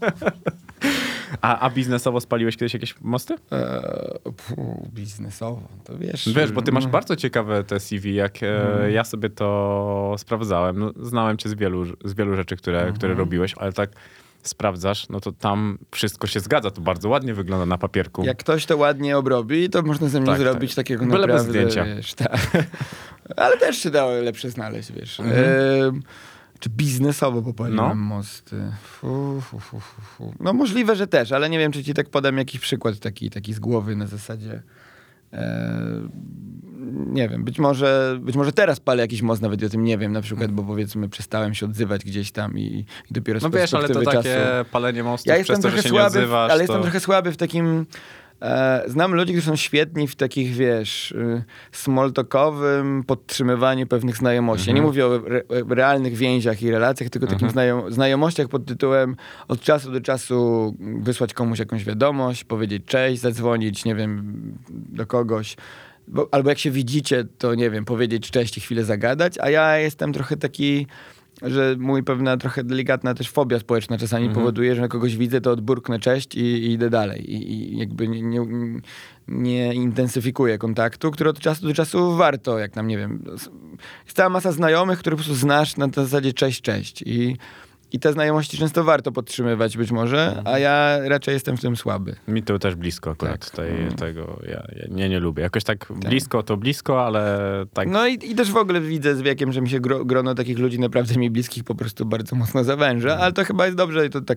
A, a biznesowo spaliłeś kiedyś jakieś mosty? e, pu, biznesowo, to wiesz. Wiesz, bo ty masz mm, bardzo ciekawe te C V, jak e, ja sobie to sprawdzałem. No, znałem cię z wielu, z wielu rzeczy, które, które robiłeś, ale tak sprawdzasz, no to tam wszystko się zgadza. To bardzo ładnie wygląda na papierku. Jak ktoś to ładnie obrobi, to można ze mnie Tak, zrobić tak. takiego Byle bez naprawdę, zdjęcia. wiesz, tak. Ale też się dało lepsze znaleźć, wiesz. Mhm. Em, czy biznesowo popaliłem No. mosty? Fu, fu, fu, fu, fu. No możliwe, że też, ale nie wiem, czy ci tak podam jakiś przykład taki, taki z głowy na zasadzie... E, nie wiem, być może, być może teraz palę jakiś most, nawet o tym nie wiem, na przykład, bo powiedzmy przestałem się odzywać gdzieś tam i, i dopiero z No wiesz, ale to perspektywy takie czasu... palenie mostów Ja przez jestem to, że trochę się nie słaby, odzywasz, w, ale to... jestem trochę słaby w takim... E, znam ludzi, którzy są świetni w takich, wiesz, y, small-talkowym podtrzymywaniu pewnych znajomości. Ja nie mówię o re, realnych więziach i relacjach, tylko takim znajom, znajomościach pod tytułem od czasu do czasu wysłać komuś jakąś wiadomość, powiedzieć cześć, zadzwonić, nie wiem, do kogoś. Bo, albo jak się widzicie, to nie wiem, powiedzieć cześć i chwilę zagadać, a ja jestem trochę taki... że mój pewna trochę delikatna też fobia społeczna czasami powoduje, że na kogoś widzę, to odburknę cześć i, i idę dalej. I, i jakby nie, nie, nie intensyfikuję kontaktu, który od czasu do czasu warto, jak nam, nie wiem, jest cała masa znajomych, których po prostu znasz na zasadzie cześć, cześć. I, i te znajomości często warto podtrzymywać być może, a ja raczej jestem w tym słaby. Mi to też blisko akurat Tak. tej, tego. Ja, ja nie, nie lubię. Jakoś tak, blisko to blisko, ale tak... No i, i też w ogóle widzę z wiekiem, że mi się gro, grono takich ludzi naprawdę mi bliskich po prostu bardzo mocno zawęża, ale to chyba jest dobrze i to tak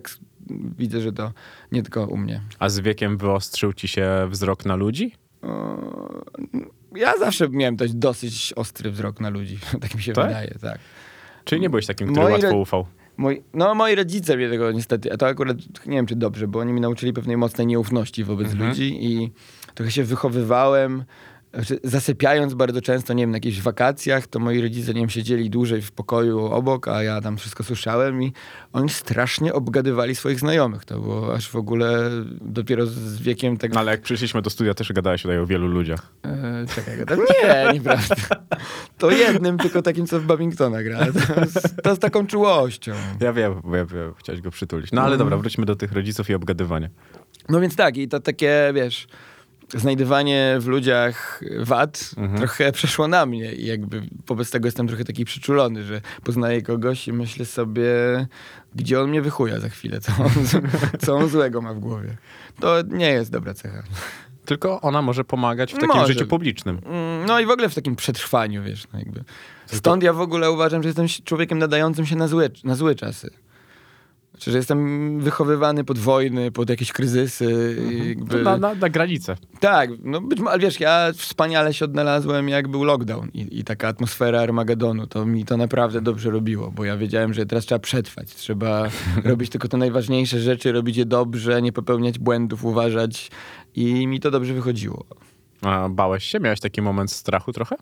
widzę, że to nie tylko u mnie. A z wiekiem wyostrzył ci się wzrok na ludzi? O, ja zawsze miałem dość dosyć ostry wzrok na ludzi, tak mi się Tak? wydaje, tak. Czyli nie byłeś takim, który Moi łatwo ro- ufał? Moi, no moi rodzice mnie tego niestety, a to akurat nie wiem czy dobrze, bo oni mi nauczyli pewnej mocnej nieufności wobec Mhm. ludzi i trochę się wychowywałem, znaczy zasypiając bardzo często, nie wiem, na jakichś wakacjach, to moi rodzice, nie wiem, siedzieli dłużej w pokoju obok, a ja tam wszystko słyszałem i oni strasznie obgadywali swoich znajomych. To było aż w ogóle dopiero z wiekiem tak... No, ale jak przyszliśmy do studia, też gadałeś tutaj o wielu ludziach. E, czekaj, gadam. Nie, nieprawda. To jednym, tylko takim, co w Babingtona gra. To z, to z taką czułością. Ja wiem, ja wiem, chciałeś go przytulić. No ale dobra, wróćmy do tych rodziców i obgadywania. No więc tak, i to takie, wiesz, znajdywanie w ludziach wad Mhm. trochę przeszło na mnie i jakby wobec tego jestem trochę taki przyczulony, że poznaję kogoś i myślę sobie, gdzie on mnie wychuja za chwilę, co on, co on złego ma w głowie. To nie jest dobra cecha. Tylko ona może pomagać w takim Może. życiu publicznym. Mm, No i w ogóle w takim przetrwaniu, wiesz, no jakby. Stąd ja w ogóle uważam, że jestem człowiekiem nadającym się na złe, na złe czasy. Znaczy, że jestem wychowywany pod wojny, pod jakieś kryzysy. i Jakby... Na, na, na granicę. Tak, no być może, ale wiesz, ja wspaniale się odnalazłem, jak był lockdown i, i taka atmosfera Armagedonu, to mi to naprawdę dobrze robiło, bo ja wiedziałem, że teraz trzeba przetrwać, trzeba robić tylko te najważniejsze rzeczy, robić je dobrze, nie popełniać błędów, uważać i mi to dobrze wychodziło. A bałeś się? Miałeś taki moment strachu trochę?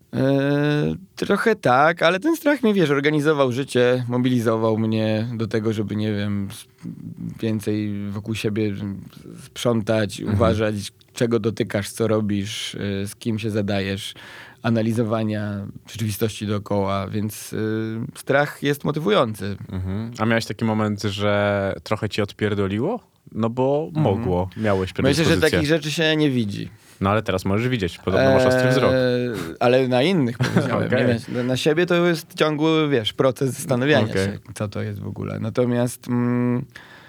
Eee, trochę tak, ale ten strach mnie, wiesz, organizował życie, mobilizował mnie do tego, żeby, nie wiem, s- więcej wokół siebie sprzątać, uważać, czego dotykasz, co robisz, y, z kim się zadajesz, analizowania rzeczywistości dookoła, więc y, strach jest motywujący. Mhm. A miałeś taki moment, że trochę ci odpierdoliło? No bo mogło, miałeś Myślę, że predyspozycję. takich rzeczy się nie widzi. No ale teraz możesz widzieć, podobno masz ostry wzrok. Eee, ale na innych powiedziałem. Okej. nie? Na, na siebie to jest ciągły, wiesz, proces zastanawiania Okej. się, co to jest w ogóle. Natomiast mm,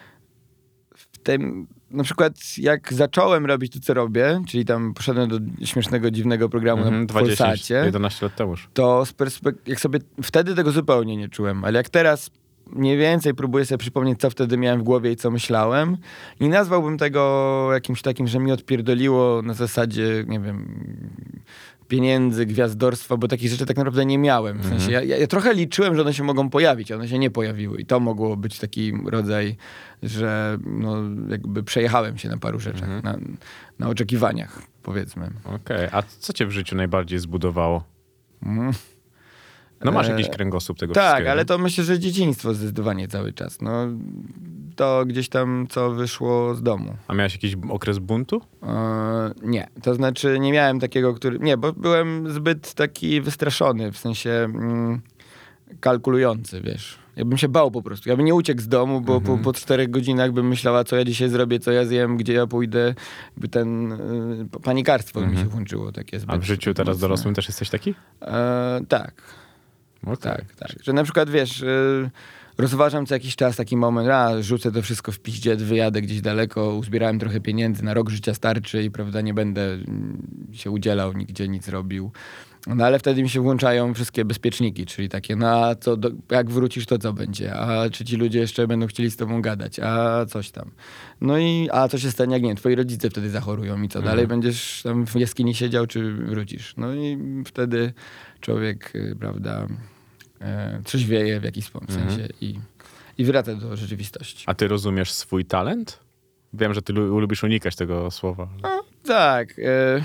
w tym, na przykład jak zacząłem robić to, co robię, czyli tam poszedłem do śmiesznego, dziwnego programu Mhm, na dwadzieścia, Polsacie, jedenaście lat temu już. to z perspek- jak sobie wtedy tego zupełnie nie czułem, ale jak teraz mniej więcej próbuję sobie przypomnieć, co wtedy miałem w głowie i co myślałem. Nie nazwałbym tego jakimś takim, że mi odpierdoliło na zasadzie, nie wiem, pieniędzy, gwiazdorstwa, bo takich rzeczy tak naprawdę nie miałem. W sensie ja, ja, ja trochę liczyłem, że one się mogą pojawić, a one się nie pojawiły. I to mogło być taki rodzaj, że no, jakby przejechałem się na paru rzeczach, na, na oczekiwaniach, powiedzmy. Okej, a co cię w życiu najbardziej zbudowało? Mhm. No masz E, jakiś kręgosłup tego Tak, wszystkiego. ale to myślę, że dzieciństwo zdecydowanie cały czas. No, to gdzieś tam, co wyszło z domu. A miałeś jakiś okres buntu? E, nie, to znaczy nie miałem takiego, który... Nie, bo byłem zbyt taki wystraszony, w sensie mm, kalkulujący, wiesz. Ja bym się bał po prostu. Ja bym nie uciekł z domu, bo po, po czterech godzinach bym myślała, co ja dzisiaj zrobię, co ja zjem, gdzie ja pójdę. By ten y, panikarstwo mi się włączyło takie zbyt A w życiu teraz mocne. dorosłym też jesteś taki? E, tak. Okej. Tak, tak. Że na przykład, wiesz, yy, rozważam co jakiś czas taki moment, a rzucę to wszystko w piździe, wyjadę gdzieś daleko, uzbierałem trochę pieniędzy, na rok życia starczy i prawda, nie będę mm, się udzielał, nigdzie nic robił. No ale wtedy mi się włączają wszystkie bezpieczniki, czyli takie, no a co, do, jak wrócisz, to co będzie? A czy ci ludzie jeszcze będą chcieli z tobą gadać? A coś tam. No i, a co się stanie, jak nie, twoi rodzice wtedy zachorują i co? Dalej będziesz tam w jaskini siedział, czy wrócisz? No i wtedy człowiek, y, prawda, e, trzeźwieje w jakiś sposób sensie i, i wraca do rzeczywistości. A ty rozumiesz swój talent? Wiem, że ty lu- lubisz unikać tego słowa. No, tak. E,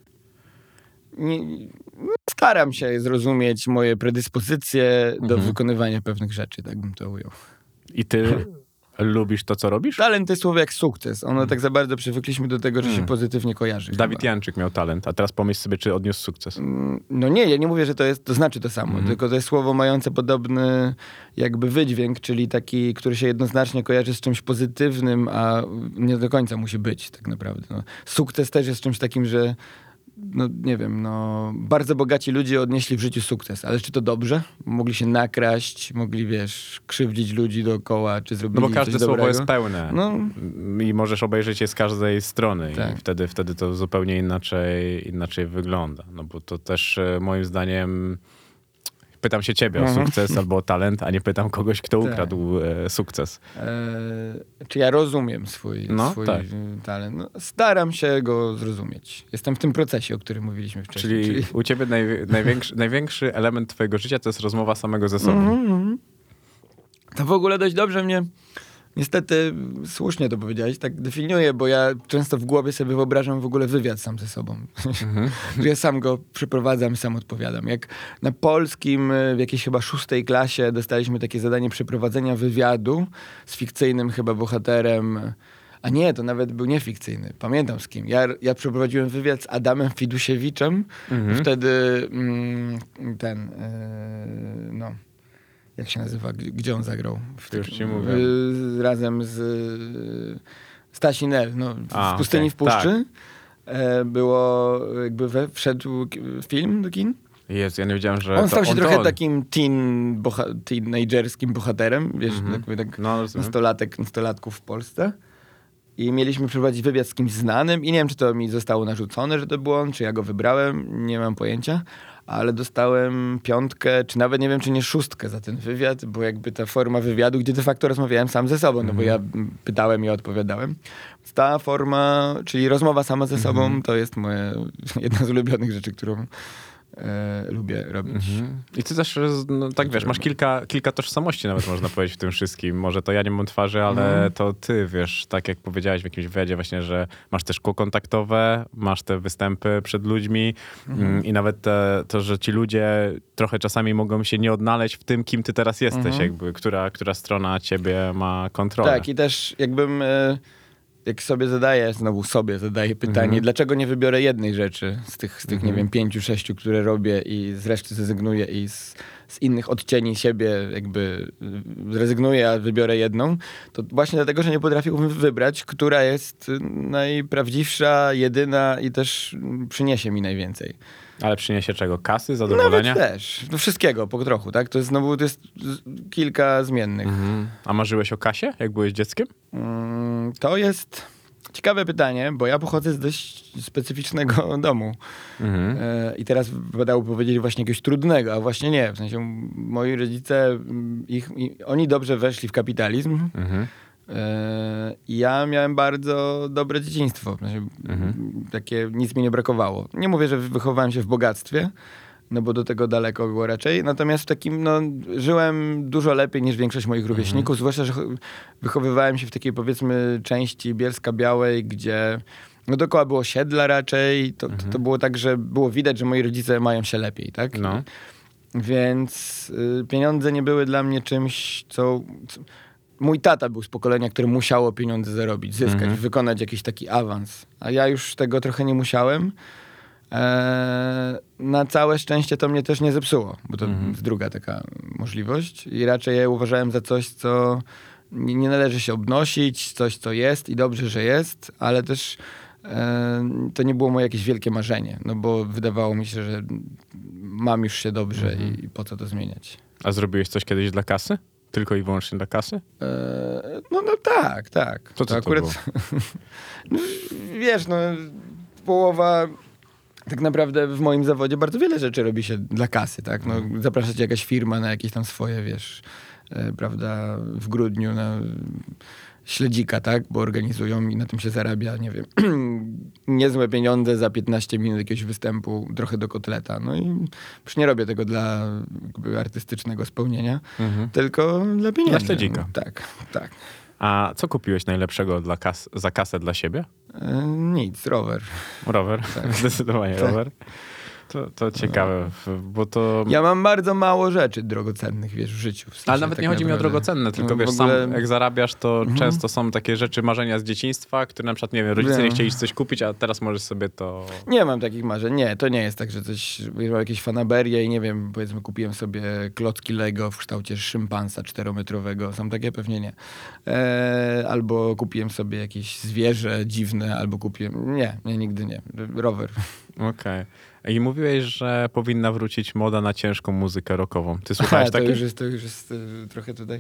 nie, no, staram się zrozumieć moje predyspozycje do wykonywania pewnych rzeczy, tak bym to ujął. I ty lubisz to, co robisz? Talent to jest słowo jak sukces. Ono tak za bardzo przywykliśmy do tego, że się pozytywnie kojarzy. Dawid chyba. Janczyk miał talent, a teraz pomyśl sobie, czy odniósł sukces. No nie, ja nie mówię, że to jest, to znaczy to samo, Mhm. tylko to jest słowo mające podobny jakby wydźwięk, czyli taki, który się jednoznacznie kojarzy z czymś pozytywnym, a nie do końca musi być tak naprawdę. No, sukces też jest czymś takim, że no nie wiem, no bardzo bogaci ludzie odnieśli w życiu sukces, ale czy to dobrze? Mogli się nakraść, mogli, wiesz, krzywdzić ludzi dookoła, czy No zrobili bo każde coś słowo dobrego. jest pełne. No. I możesz obejrzeć je z każdej strony Tak. i wtedy, wtedy to zupełnie inaczej, inaczej wygląda. No bo to też e, moim zdaniem pytam się ciebie o Mhm. sukces albo o talent, a nie pytam kogoś, kto Tak. ukradł e, sukces. E, czy ja rozumiem swój, No, swój tak. y, talent? No, staram się go zrozumieć. Jestem w tym procesie, o którym mówiliśmy wcześniej. Czyli, u ciebie najwi- największy, największy element twojego życia to jest rozmowa samego ze sobą. Mhm, mhm. To w ogóle dość dobrze mnie, niestety słusznie to powiedziałeś, tak definiuje, bo ja często w głowie sobie wyobrażam w ogóle wywiad sam ze sobą. Mhm. Że ja sam go przeprowadzam, sam odpowiadam. Jak na polskim w jakiejś chyba szóstej klasie dostaliśmy takie zadanie przeprowadzenia wywiadu z fikcyjnym chyba bohaterem. A nie, to nawet był niefikcyjny. Pamiętam z kim. Ja, ja przeprowadziłem wywiad z Adamem Fidusiewicz,em Mhm. Wtedy mm, ten, yy, no, jak się nazywa, G- gdzie on zagrał? W Już takim- ci mówię. y, razem z y, Stasinel, no, w, A, w Pustyni okej, w Puszczy. E, było, jakby we, wszedł k- film do kin. Jest, ja nie wiedziałem, że On to stał się on, to trochę on. takim teen, boha- teenagerskim bohaterem, wiesz, Mhm. jakby tak No, rozumiem. nastolatek, nastolatków w Polsce. I mieliśmy przeprowadzić wywiad z kimś znanym i nie wiem, czy to mi zostało narzucone, że to był on, czy ja go wybrałem, nie mam pojęcia, ale dostałem piątkę, czy nawet nie wiem, czy nie szóstkę za ten wywiad, bo jakby ta forma wywiadu, gdzie de facto rozmawiałem sam ze sobą, no bo ja mm, pytałem i odpowiadałem. Ta forma, czyli rozmowa sama ze sobą, to jest moje, jedna z ulubionych rzeczy, którą e, lubię robić. Mhm. I ty też, no, tak wiesz, masz kilka, kilka tożsamości nawet można powiedzieć w tym wszystkim. Może to ja nie mam twarzy, ale Mhm. to ty, wiesz, tak jak powiedziałeś w jakimś wywiadzie właśnie, że masz też szkło kontaktowe, masz te występy przed ludźmi mm, i nawet te, to, że ci ludzie trochę czasami mogą się nie odnaleźć w tym, kim ty teraz jesteś, Mhm. jakby, która, która strona ciebie ma kontrolę. Tak, i też jakbym, e, jak sobie zadaję, znowu sobie zadaję pytanie, Mhm. dlaczego nie wybiorę jednej rzeczy z tych, z tych nie wiem, pięciu, sześciu, które robię i z reszty zrezygnuję i z, z innych odcieni siebie jakby y, zrezygnuję, a wybiorę jedną, to właśnie dlatego, że nie potrafiłbym wybrać, która jest y, najprawdziwsza, jedyna i też y, przyniesie mi najwięcej. Ale przyniesie czego? Kasy, Nawet zadowolenia? też. No wszystkiego po trochu, tak? To jest znowu to jest z- kilka zmiennych. Mhm. A marzyłeś o kasie, jak byłeś dzieckiem? Mm, To jest ciekawe pytanie, bo ja pochodzę z dość specyficznego domu. Mhm. E, I teraz wypadałoby powiedzieć właśnie jakiegoś trudnego, a właśnie nie. W sensie m- moi rodzice, m, ich, i, oni dobrze weszli w kapitalizm. Mhm. E, I ja miałem bardzo dobre dzieciństwo. W sensie, Mhm. takie, nic mi nie brakowało. Nie mówię, że wychowałem się w bogactwie, no bo do tego daleko było raczej. Natomiast w takim, no, żyłem dużo lepiej niż większość moich rówieśników, zwłaszcza, że cho- wychowywałem się w takiej, powiedzmy, części Bielska-Białej, gdzie no dookoła było osiedla raczej. To, to, to było tak, że było widać, że moi rodzice mają się lepiej, tak? No. Więc y, pieniądze nie były dla mnie czymś, co... co mój tata był z pokolenia, które musiało pieniądze zarobić, zyskać, Mhm. wykonać jakiś taki awans. A ja już tego trochę nie musiałem. Eee, na całe szczęście to mnie też nie zepsuło, bo to Mhm. jest druga taka możliwość. I raczej je uważałem za coś, co nie, nie należy się obnosić, coś, co jest i dobrze, że jest, ale też e, to nie było moje jakieś wielkie marzenie, no bo wydawało mi się, że mam już się dobrze Mhm. i, i po co to zmieniać. A zrobiłeś coś kiedyś dla kasy? Tylko i wyłącznie dla kasy? Eee, no, no tak, tak. To co to akurat, no, wiesz, no połowa tak naprawdę w moim zawodzie bardzo wiele rzeczy robi się dla kasy, tak? No, zaprasza cię jakaś firma na jakieś tam swoje, wiesz, e, prawda, w grudniu na śledzika, tak? Bo organizują i na tym się zarabia, nie wiem, niezłe pieniądze za piętnaście minut jakiegoś występu, trochę do kotleta. No i już nie robię tego dla jakby artystycznego spełnienia, Mhm. tylko dla pieniędzy. Dla śledzika. Tak, tak. A co kupiłeś najlepszego dla kas- za kasę dla siebie? E, nic, rower. Rower. Zdecydowanie Tak. rower. To, to ciekawe, w- bo to... Ja mam bardzo mało rzeczy drogocennych, wiesz, w życiu. W sensie, Ale nawet tak nie chodzi mi o naprawdę. drogocenne, tylko No, w wiesz, ogóle- sam jak zarabiasz, to Mhm. często są takie rzeczy, marzenia z dzieciństwa, które na przykład, nie wiem, rodzice Wiem. nie chcieli ci coś kupić, a teraz możesz sobie to... Nie mam takich marzeń. Nie, to nie jest tak, że coś, że mam jakieś fanaberie i nie wiem, powiedzmy kupiłem sobie klocki Lego w kształcie szympansa czterometrowego. Są takie? Pewnie nie. E, albo kupiłem sobie jakieś zwierzę dziwne, albo kupiłem... Nie, nie, nigdy nie. Rower. Okej. I mówiłeś, że powinna wrócić moda na ciężką muzykę rockową. Ty słuchałeś to takiej? już jest, to już jest y, trochę tutaj...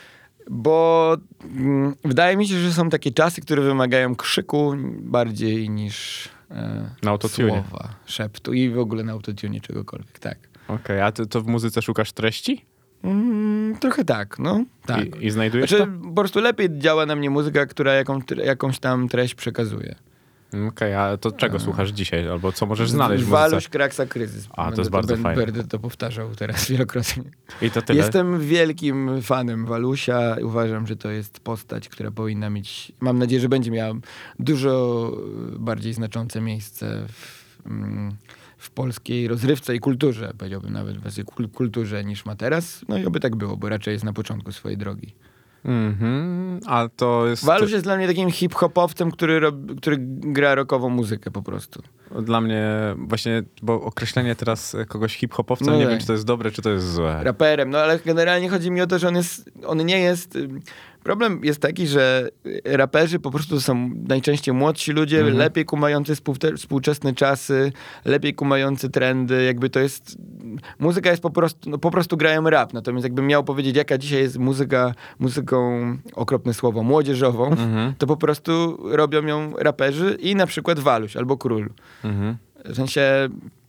Bo mm, wydaje mi się, że są takie czasy, które wymagają krzyku bardziej niż e, Na autotune. słowa, szeptu i w ogóle na autotune czegokolwiek, tak. Okej, a ty to w muzyce szukasz treści? Mm, trochę tak, no. Tak. I, i znajdujesz Znaczy, to? po prostu lepiej działa na mnie muzyka, która jaką, jakąś tam treść przekazuje. Okej, a to czego słuchasz dzisiaj? Albo co możesz znaleźć w Waluś, muzyce? Kraksa, Kryzys. A, to Będę jest bardzo ben- fajne. Będę to powtarzał teraz wielokrotnie. I to tyle? Jestem wielkim fanem Walusia i uważam, że to jest postać, która powinna mieć, mam nadzieję, że będzie miała dużo bardziej znaczące miejsce w, mm, w polskiej rozrywce i kulturze, powiedziałbym nawet w kul- kulturze niż ma teraz. No i oby tak było, bo raczej jest na początku swojej drogi. Mhm, a to jest... Waluś jest dla mnie takim hip-hopowcem, który, rob, który gra rockową muzykę po prostu. Dla mnie właśnie, bo określenie teraz kogoś hip-hopowcem, No nie tak. wiem, czy to jest dobre, czy to jest złe. Raperem, no ale generalnie chodzi mi o to, że on jest, on nie jest... ym, Problem jest taki, że raperzy po prostu są najczęściej młodsi ludzie, Mhm. lepiej kumający współte- współczesne czasy, lepiej kumający trendy, jakby to jest... Muzyka jest po prostu, no po prostu grają rap, natomiast jakbym miał powiedzieć, jaka dzisiaj jest muzyka, muzyką, okropne słowo, młodzieżową, Mhm. to po prostu robią ją raperzy i na przykład Waluś albo Król. Mhm. W sensie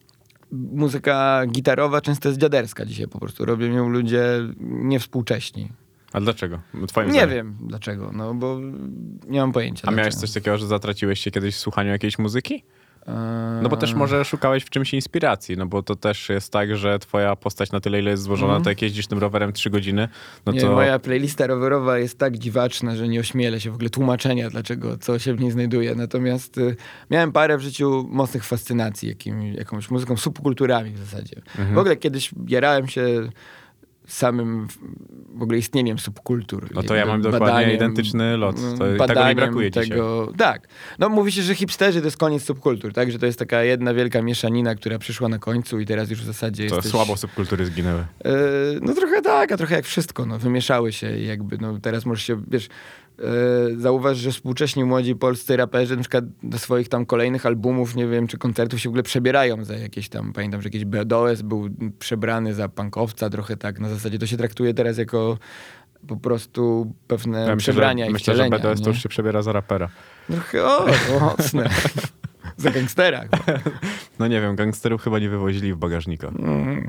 muzyka gitarowa często jest dziaderska dzisiaj po prostu. Robią ją ludzie niewspółcześni. A dlaczego? Twoim Nie zdaniem. wiem dlaczego, no bo nie mam pojęcia. A miałeś dlaczego. coś takiego, że zatraciłeś się kiedyś w słuchaniu jakiejś muzyki? Eee, No bo też może szukałeś w czymś inspiracji, no bo to też jest tak, że twoja postać na tyle, ile jest złożona, Mhm. to jak jeździsz tym rowerem trzy godziny, no nie, to... moja playlista rowerowa jest tak dziwaczna, że nie ośmielę się w ogóle tłumaczenia, dlaczego, co się w niej znajduje. Natomiast y, miałem parę w życiu mocnych fascynacji jakim, jakąś muzyką, subkulturami w zasadzie. Mhm. W ogóle kiedyś jarałem się samym w ogóle istnieniem subkultur. No to ja jakby mam dokładnie badaniem, identyczny lot. To, mm, tego mi badaniem brakuje tego, tak. No mówi się, że hipsterzy to jest koniec subkultur, tak? Że to jest taka jedna wielka mieszanina, która przyszła na końcu i teraz już w zasadzie dzisiaj. To jesteś... słabo subkultury zginęły. Yy, no trochę tak, a trochę jak wszystko, no. Wymieszały się i jakby, no teraz możesz się, wiesz... Yy, zauważ, że współcześni młodzi polscy raperzy na przykład do swoich tam kolejnych albumów, nie wiem, czy koncertów się w ogóle przebierają za jakieś tam, pamiętam, że jakiś B D O S był przebrany za punkowca, trochę tak, na zasadzie to się traktuje teraz jako po prostu pewne Ja myślę, przebrania że, i myślę, że wcielenia. B D S to nie? już się przebiera za rapera. Trochę, o, to mocne. Za gangstera chyba. No nie wiem, gangsterów chyba nie wywozili w bagażnika. Mm.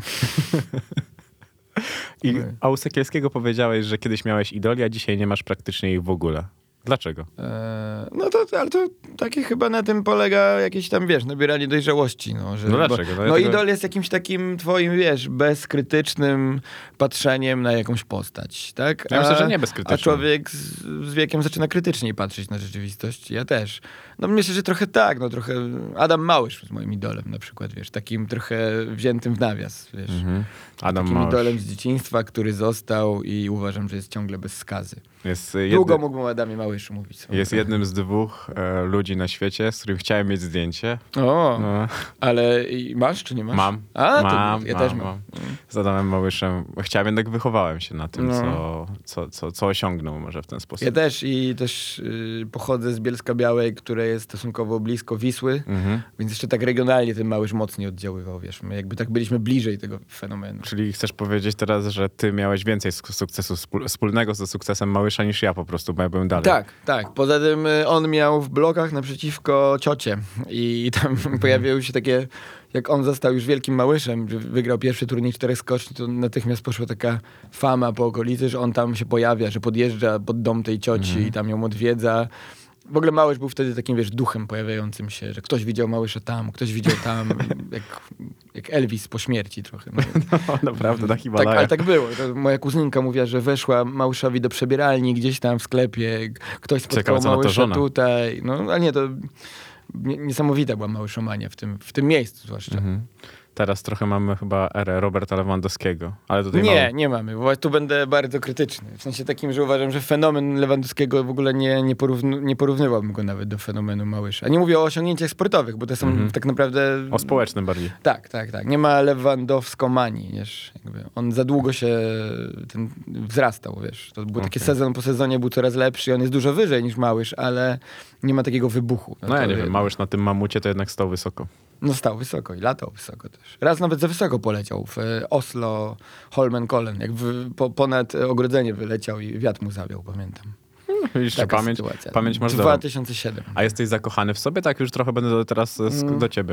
I, Okej. a u Sekielskiego powiedziałeś, że kiedyś miałeś idoli, a dzisiaj nie masz praktycznie ich w ogóle. Dlaczego? Eee, no to, ale to takie chyba na tym polega jakieś tam, wiesz, nabieranie dojrzałości. No, że, No bo, dlaczego? No no ja tego- idol jest jakimś takim twoim, wiesz, bezkrytycznym patrzeniem na jakąś postać, tak? Ja myślę, A- że nie bezkrytycznym. A człowiek z, z wiekiem zaczyna krytyczniej patrzeć na rzeczywistość. Ja też. No myślę, że trochę tak, no trochę Adam Małysz jest moim idolem na przykład, wiesz, takim trochę wziętym w nawias, wiesz. Mhm. Adam Takim Małysz. idolem z dzieciństwa, który został i uważam, że jest ciągle bez skazy. Jest, jedny, Długo mógłbym o Adamie Małyszu mówić. jest jednym z dwóch e, ludzi na świecie, z którym chciałem mieć zdjęcie. O, No, ale i masz czy nie masz? mam. A, to mam, ja mam, też mam. mam. Z Adamem Małyszem. Chciałem, jednak wychowałem się na tym, No. co, co, co, co osiągnął może w ten sposób. Ja też i też y, pochodzę z Bielska Białej, które jest stosunkowo blisko Wisły, Mhm. więc jeszcze tak regionalnie ten Małysz mocniej oddziaływał, wiesz, my jakby tak byliśmy bliżej tego fenomenu. Czyli chcesz powiedzieć teraz, że ty miałeś więcej sk- sukcesu spól- wspólnego ze sukcesem Małysza niż ja po prostu, bo ja byłem dalej. Tak, tak. Poza tym y, on miał w blokach naprzeciwko ciocie i tam Mhm. pojawiły się takie, jak on został już wielkim Małyszem, że wygrał pierwszy turniej czterech skoczni, to natychmiast poszła taka fama po okolicy, że on tam się pojawia, że podjeżdża pod dom tej cioci Mhm. i tam ją odwiedza. W ogóle Małysz był wtedy takim, wiesz, duchem pojawiającym się, że ktoś widział Małysza tam, ktoś widział tam, jak, jak Elvis po śmierci trochę. No. O, naprawdę, taki Tak, Himalaja. ale tak było. To moja kuzynka mówiła, że weszła Małyszowi do przebieralni gdzieś tam w sklepie, ktoś spotkał Ciekawe, co na to Małysza żona. tutaj. No ale nie, to nie- niesamowita była Małyszomania w tym, w tym miejscu zwłaszcza. Mhm. Teraz trochę mamy chyba erę Roberta Lewandowskiego, ale tutaj Nie, mamy... nie mamy. Bo tu będę bardzo krytyczny. W sensie takim, że uważam, że fenomen Lewandowskiego w ogóle nie, nie, porównu, nie porównywałbym go nawet do fenomenu Małysza. Nie mówię o osiągnięciach sportowych, bo to są Mhm. tak naprawdę... O społecznym bardziej. Tak, tak, tak. Nie ma Lewandowskomanii, wiesz. Jakby on za długo się ten wzrastał, wiesz. To był taki Okej. sezon po sezonie, był coraz lepszy i on jest dużo wyżej niż Małysz, ale nie ma takiego wybuchu. No ja to nie wie- wiem, Małysz na tym mamucie to jednak stał wysoko. No stał wysoko i latał wysoko też. Raz nawet za wysoko poleciał w e, Oslo, Holmenkollen, jak w, po, ponad e, ogrodzenie wyleciał i wiatr mu zawiał, pamiętam. Widzisz, Taka pamięć, sytuacja. pamięć masz dobrą. dwa tysiące siódmy. A jesteś zakochany w sobie? Tak, już trochę będę do, teraz e, sk- Mm. do ciebie.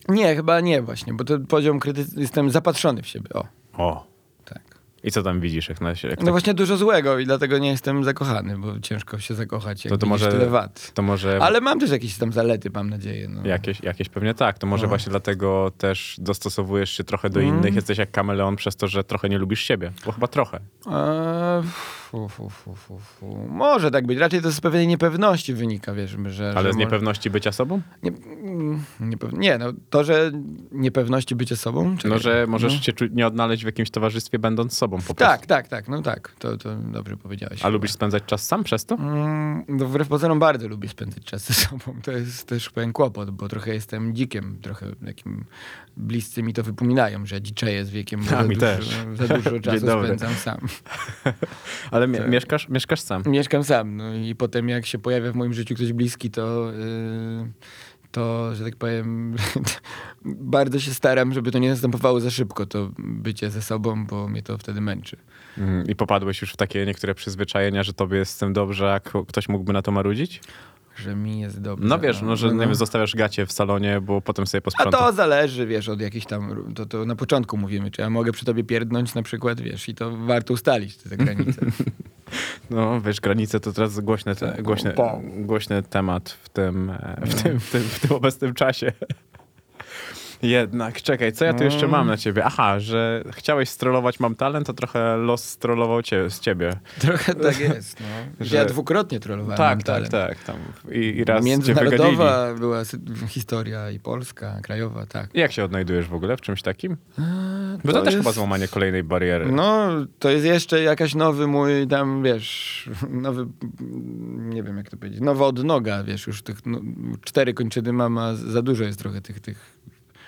Nie, chyba nie właśnie, bo to poziom krytycy... Jestem zapatrzony w siebie, o. O. Tak. I co tam widzisz? Jak na, jak No tak, właśnie dużo złego i dlatego nie jestem zakochany, bo ciężko się zakochać, jak to, to widzisz może, tyle wad. to może Ale mam też jakieś tam zalety, mam nadzieję. No. jakieś, jakieś pewnie tak. To może No. właśnie dlatego też dostosowujesz się trochę do Mm. innych. Jesteś jak kameleon przez to, że trochę nie lubisz siebie. Bo chyba trochę. Eee, fu, fu, fu, fu, fu. Może tak być. Raczej to z pewnej niepewności wynika, wiesz, że... Ale że z może- niepewności bycia sobą? Nie, mm, niepew... nie, no to, że niepewności bycia sobą... Czekaj. No, że możesz No. się czu- nie odnaleźć w jakimś towarzystwie będąc sobą po prostu. Tak, tak, tak, no tak, to, to dobrze powiedziałeś. A lubisz spędzać czas sam przez to? Mm, no wbrew pozorom bardzo lubię spędzać czas ze sobą. To jest też pewien kłopot, bo trochę jestem dzikiem, trochę takim bliscy mi to wypominają, że dziczeję z wiekiem, bo A, za, mi dużo, też. za dużo czasu dobry. spędzam sam. Ale mie- Tak. mieszkasz, mieszkasz sam. Mieszkam sam, no i potem jak się pojawia w moim życiu ktoś bliski, to... Yy... to, że tak powiem, bardzo się staram, żeby to nie następowało za szybko, to bycie ze sobą, bo mnie to wtedy męczy. Mm, I popadłeś już w takie niektóre przyzwyczajenia, że tobie jest z tym dobrze, a k- ktoś mógłby na to marudzić? Że mi jest dobrze. No wiesz, no, że no, nie no. wiem, zostawiasz gacie w salonie, bo potem sobie A posprzątasz. to zależy, wiesz, od jakichś tam, to, to na początku mówimy, czy ja mogę przy tobie pierdnąć na przykład, wiesz, i to warto ustalić te granice. No wiesz, granice to teraz głośny, te, Tak, głośny, po. głośny temat w tym, e, w, tym, w, tym, w tym obecnym czasie. Jednak, czekaj, co ja tu jeszcze mam na ciebie? Aha, że chciałeś strollować Mam Talent, to trochę los strollował cię, z ciebie. Trochę tak jest, no. Że- Ja dwukrotnie trollowałem. Tak, Mam tak, talent. tak. Tam I, I raz cię wygodzili. Międzynarodowa była sy- historia i polska, krajowa, tak. Jak się odnajdujesz w ogóle w czymś takim? Eee, Bo to, też jest- chyba złamanie kolejnej bariery. No, to jest jeszcze jakaś nowy mój tam, wiesz, nowy, nie wiem jak to powiedzieć, nowa odnoga, wiesz, już tych no, cztery kończyny mam, a za dużo jest trochę tych, tych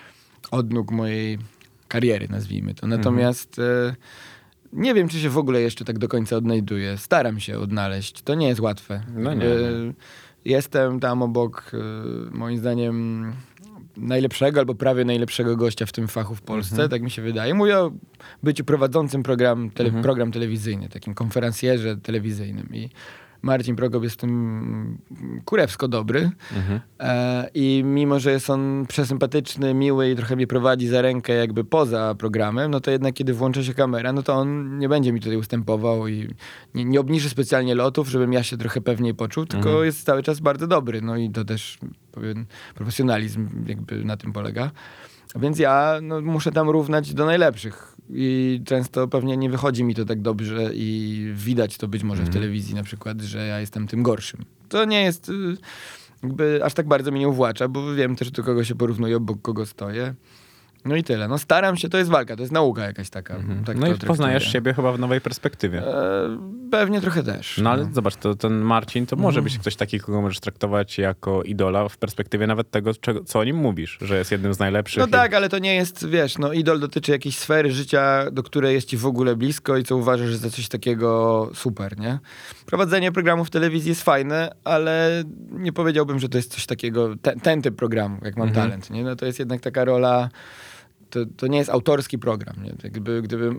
odnóg mojej kariery, nazwijmy to. Natomiast e, nie wiem, czy się w ogóle jeszcze tak do końca odnajduję. Staram się odnaleźć. To nie jest łatwe. No nie, E, nie. Jestem tam obok, e, moim zdaniem, najlepszego albo prawie najlepszego gościa w tym fachu w Polsce, Mhm. tak mi się wydaje. Mówię o byciu prowadzącym program, tele, Mhm. program telewizyjny, takim konferencjerze telewizyjnym. I Marcin Prokop jest w tym kurewsko dobry. Mhm. E, I mimo, że jest on przesympatyczny, miły i trochę mnie prowadzi za rękę jakby poza programem, no to jednak kiedy włącza się kamera, no to on nie będzie mi tutaj ustępował i nie, nie obniży specjalnie lotów, żebym ja się trochę pewniej poczuł, tylko Mhm. jest cały czas bardzo dobry. No i to też pewien profesjonalizm jakby na tym polega. Więc ja no, muszę tam równać do najlepszych i często pewnie nie wychodzi mi to tak dobrze i widać to być może w Mhm. telewizji na przykład, że ja jestem tym gorszym. To nie jest y, jakby aż tak bardzo mnie nie uwłacza, bo wiem też do kogo się porównuję, obok kogo stoję. No i tyle. No staram się, to jest walka, to jest nauka jakaś taka. Tak No to i traktuję. poznajesz siebie chyba w nowej perspektywie. E, pewnie trochę też. No ale zobacz, to ten Marcin to może być ktoś taki, kogo możesz traktować jako idola w perspektywie nawet tego, czego, co o nim mówisz, że jest jednym z najlepszych. No i- tak, ale to nie jest, wiesz, no idol dotyczy jakiejś sfery życia, do której jest ci w ogóle blisko i co uważasz za coś takiego super, nie? Prowadzenie programu w telewizji jest fajne, ale nie powiedziałbym, że to jest coś takiego, ten, ten typ programu, jak Mam Mhm. Talent, nie? No to jest jednak taka rola, to, to nie jest autorski program, nie? Tak Gdyby, gdyby,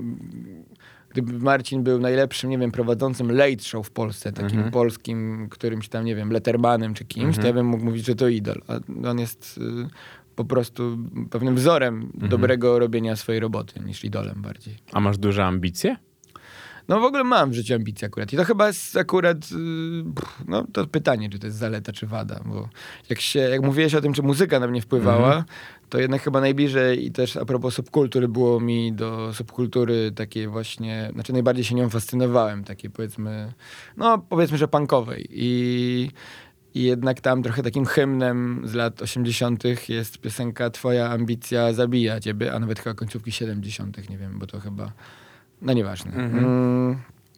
gdyby Marcin był najlepszym, nie wiem, prowadzącym late show w Polsce, takim Mhm. polskim, którymś tam, nie wiem, Lettermanem czy kimś, to ja bym mógł mówić, że to idol. A on jest y, po prostu pewnym wzorem dobrego robienia swojej roboty, niż idolem bardziej. A masz duże ambicje? No w ogóle mam w życiu ambicje akurat. I to chyba jest akurat, y, pff, no to pytanie, czy to jest zaleta, czy wada. Bo jak się, jak mówiłeś o tym, czy muzyka na mnie wpływała, Mhm. to jednak chyba najbliżej i też a propos subkultury było mi do subkultury takiej właśnie, znaczy najbardziej się nią fascynowałem, takiej powiedzmy, no powiedzmy, że punkowej. I, i jednak tam trochę takim hymnem z lat osiemdziesiątych jest piosenka Twoja ambicja zabija ciebie, a nawet chyba końcówki siedemdziesiątych, nie wiem, bo to chyba... No nieważne. Mhm. Mm.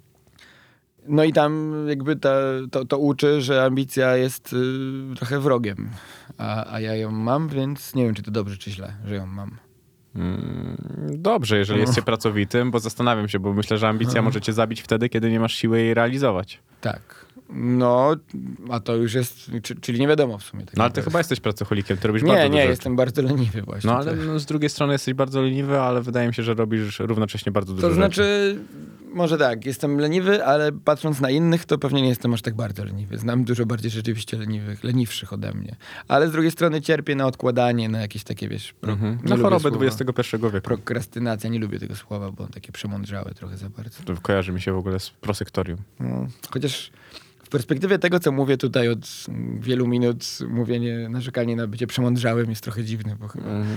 No i tam jakby ta, to, to uczy, że ambicja jest y, trochę wrogiem, a, a ja ją mam, więc nie wiem, czy to dobrze, czy źle, że ją mam. Mm, Dobrze, jeżeli jest się pracowitym, bo zastanawiam się, bo myślę, że ambicja może cię zabić wtedy, kiedy nie masz siły jej realizować. Tak. No, a to już jest, czy, czyli nie wiadomo w sumie. Tak No ale ty naprawdę. chyba jesteś pracocholikiem, ty robisz bardzo Nie, dużo nie, rzeczy. jestem bardzo leniwy właśnie. No ale to, no, z drugiej strony jesteś bardzo leniwy, ale wydaje mi się, że robisz równocześnie bardzo dużo to rzeczy. znaczy, może tak, jestem leniwy, ale patrząc na innych, to pewnie nie jestem aż tak bardzo leniwy. Znam dużo bardziej rzeczywiście leniwych, leniwszych ode mnie. Ale z drugiej strony cierpię na odkładanie, na jakieś takie, wiesz... Pro, Mhm. nie Na lubię chorobę słowa dwudziestego pierwszego wieku. Prokrastynacja, nie lubię tego słowa, bo on takie przemądrzałe trochę za bardzo. To kojarzy mi się w ogóle z prosektorium. No, chociaż w perspektywie tego, co mówię tutaj od wielu minut, mówienie, narzekanie na bycie przemądrzałym jest trochę dziwne, bo chyba... Mhm.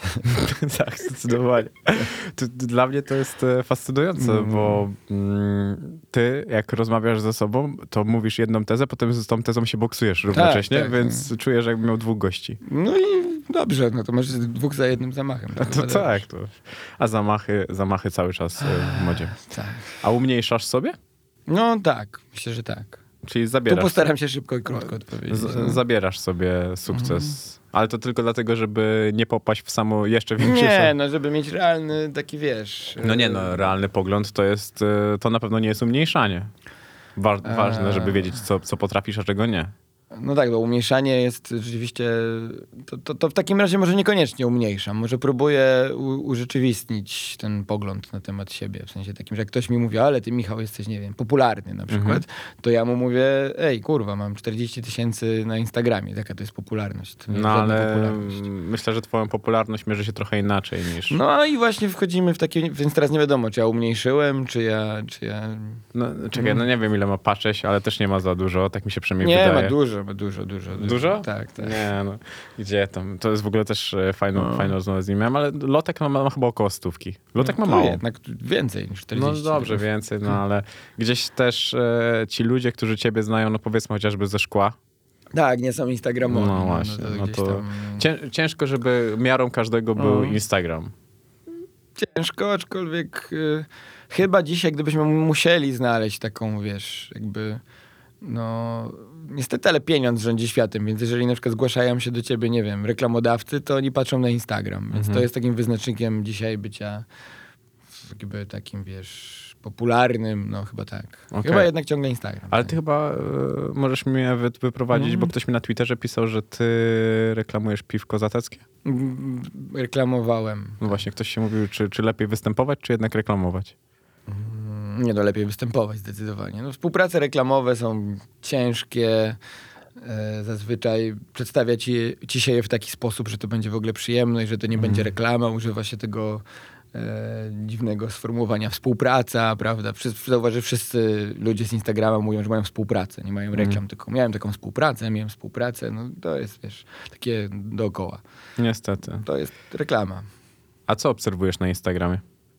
Tak, zdecydowanie. To, to dla mnie to jest e, fascynujące, Mm. bo mm, ty, jak rozmawiasz ze sobą, to mówisz jedną tezę, potem z tą tezą się boksujesz równocześnie, tak. więc czujesz, jakbym miał dwóch gości. No i dobrze, no to może dwóch za jednym zamachem. A to Ale- tak. To, a zamachy, zamachy cały czas e, w modzie. Tak. A umniejszasz sobie? No tak, myślę, że tak. Czyli Tu zabierasz, postaram się szybko i krótko odpowiedzieć. z, zabierasz sobie sukces, ale to tylko dlatego, żeby nie popaść w samo jeszcze większe... Nie, no żeby mieć realny taki, wiesz... No nie, e, no realny pogląd to jest, e, to na pewno nie jest umniejszanie. Wa- ważne, żeby wiedzieć, co, co potrafisz, a czego nie. No tak, bo umniejszanie jest rzeczywiście... To, to, to w takim razie może niekoniecznie umniejszam. Może próbuję u, urzeczywistnić ten pogląd na temat siebie. W sensie takim, że jak ktoś mi mówi, ale ty, Michał, jesteś, nie wiem, popularny na przykład, Mhm. to ja mu mówię, ej, kurwa, mam czterdzieści tysięcy na Instagramie. Taka to jest popularność. To nie jest No żadna ale popularność. myślę, że twoją popularność mierzy się trochę inaczej niż... No, No i właśnie wchodzimy w takie... Więc teraz nie wiadomo, czy ja umniejszyłem, czy ja... Czy ja... czekaj, no nie wiem ile ma patrzeć, ale też nie ma za dużo, tak mi się przynajmniej Nie, wydaje. ma dużo, ma dużo, dużo. Dużo? Tak, tak. Nie, no. Gdzie tam? To jest w ogóle też e, fajną, No. fajną rozmowę z nim miałem, ale Lotek ma, ma chyba około stówki. Lotek ma To mało. Jednak więcej niż No czterdzieści. dobrze, więcej, no ale gdzieś też e, ci ludzie, którzy ciebie znają, no powiedzmy chociażby ze szkła, Tak, nie są instagramowi. no właśnie, no gdzieś to tam cię, ciężko, żeby miarą każdego był No. Instagram. ciężko, aczkolwiek y, chyba dzisiaj, gdybyśmy musieli znaleźć taką, wiesz, jakby no niestety, ale pieniądz rządzi światem, więc jeżeli na przykład zgłaszają się do ciebie, nie wiem, reklamodawcy, to oni patrzą na Instagram, więc Mhm. to jest takim wyznacznikiem dzisiaj bycia jakby takim, wiesz, popularnym, no chyba tak. Okej. Chyba jednak ciągle Instagram. Ale tak. ty chyba e, możesz mnie wy, wyprowadzić, Mhm. bo ktoś mi na Twitterze pisał, że ty reklamujesz piwko zateckie. Mm, reklamowałem. No właśnie, ktoś się mówił, czy, czy lepiej występować, czy jednak reklamować. Mm, Nie, no lepiej występować zdecydowanie. No, współprace reklamowe są ciężkie. E, zazwyczaj przedstawia ci, ci się je w taki sposób, że to będzie w ogóle przyjemność, że to nie będzie reklama. Używa się tego e, dziwnego sformułowania współpraca, prawda? Wszyscy, zauważy, wszyscy ludzie z Instagrama mówią, że mają współpracę, nie mają reklam, tylko miałem taką współpracę, miałem współpracę. No to jest, wiesz, takie dookoła. Niestety. To jest reklama. A co obserwujesz na Instagramie?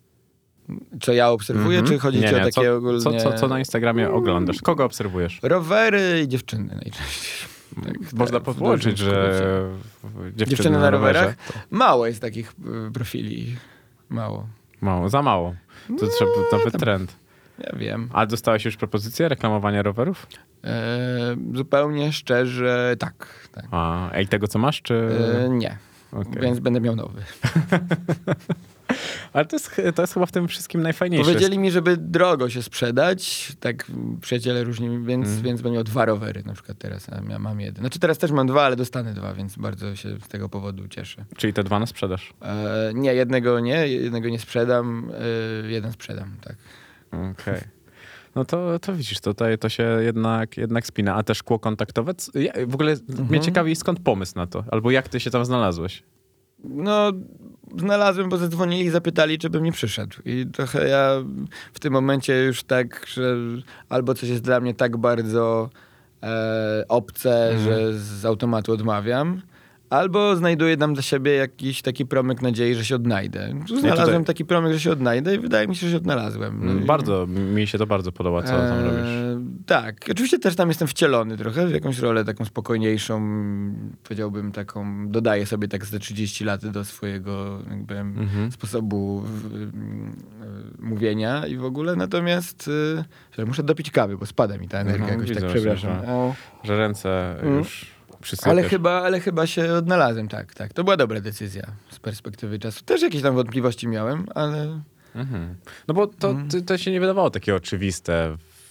Co ja obserwuję, Mhm. czy chodzi Nie, ci o nie, takie co, ogólnie... Co, co, co na Instagramie oglądasz? Kogo obserwujesz? Rowery i dziewczyny najczęściej. Tak, Można tak, w podłączyć, dużym że skrócie. dziewczyny, Dziewczyny na rowerach? to Mało jest takich y, profili. Mało. mało, za mało. To trzeba nowy trend. Ja wiem. A dostałeś już propozycję reklamowania rowerów? E, zupełnie szczerze, tak. tak. A, ej, tego co masz, czy... E, nie. Okej. Więc będę miał nowy. Ale to jest, ch- to jest chyba w tym wszystkim najfajniejsze. Powiedzieli mi, żeby drogo się sprzedać. Tak przyjaciele różni, więc, Mhm. więc będę miał dwa rowery na przykład teraz, a ja mam jeden. Znaczy teraz też mam dwa, ale dostanę dwa, więc bardzo się z tego powodu cieszę. Czyli te dwa na sprzedaż. E, nie, jednego nie, jednego nie sprzedam, e, jeden sprzedam, tak. Okej. No to, to widzisz, tutaj to się jednak, jednak spina. A te szkło kontaktowe? C- Ja, w ogóle mnie ciekawi, skąd pomysł na to? Albo jak ty się tam znalazłeś? No, znalazłem, bo zadzwonili i zapytali, czy bym nie przyszedł. I trochę ja w tym momencie już tak, że albo coś jest dla mnie tak bardzo e, obce, Mhm. że z automatu odmawiam, albo znajduję tam dla siebie jakiś taki promyk nadziei, że się odnajdę. Tu Znalazłem tutaj- taki promyk, że się odnajdę i wydaje mi się, że się odnalazłem. No i- Bardzo, mi się to bardzo podoba, co tam Eee, robisz. Tak, oczywiście też tam jestem wcielony trochę w jakąś rolę taką spokojniejszą, powiedziałbym taką, dodaję sobie tak ze trzydzieści lat do swojego jakby Mhm. sposobu w, y, mówienia i w ogóle, natomiast y, że muszę dopić kawy, bo spada mi ta energia Mhm, jakoś widzę tak, właśnie, przepraszam. że- O, Że ręce Mm. już przysypiesz. ale chyba, ale chyba się odnalazłem, tak, tak. To była dobra decyzja z perspektywy czasu. Też jakieś tam wątpliwości miałem, ale... Mhm. No bo to, Mhm. to, to się nie wydawało takie oczywiste w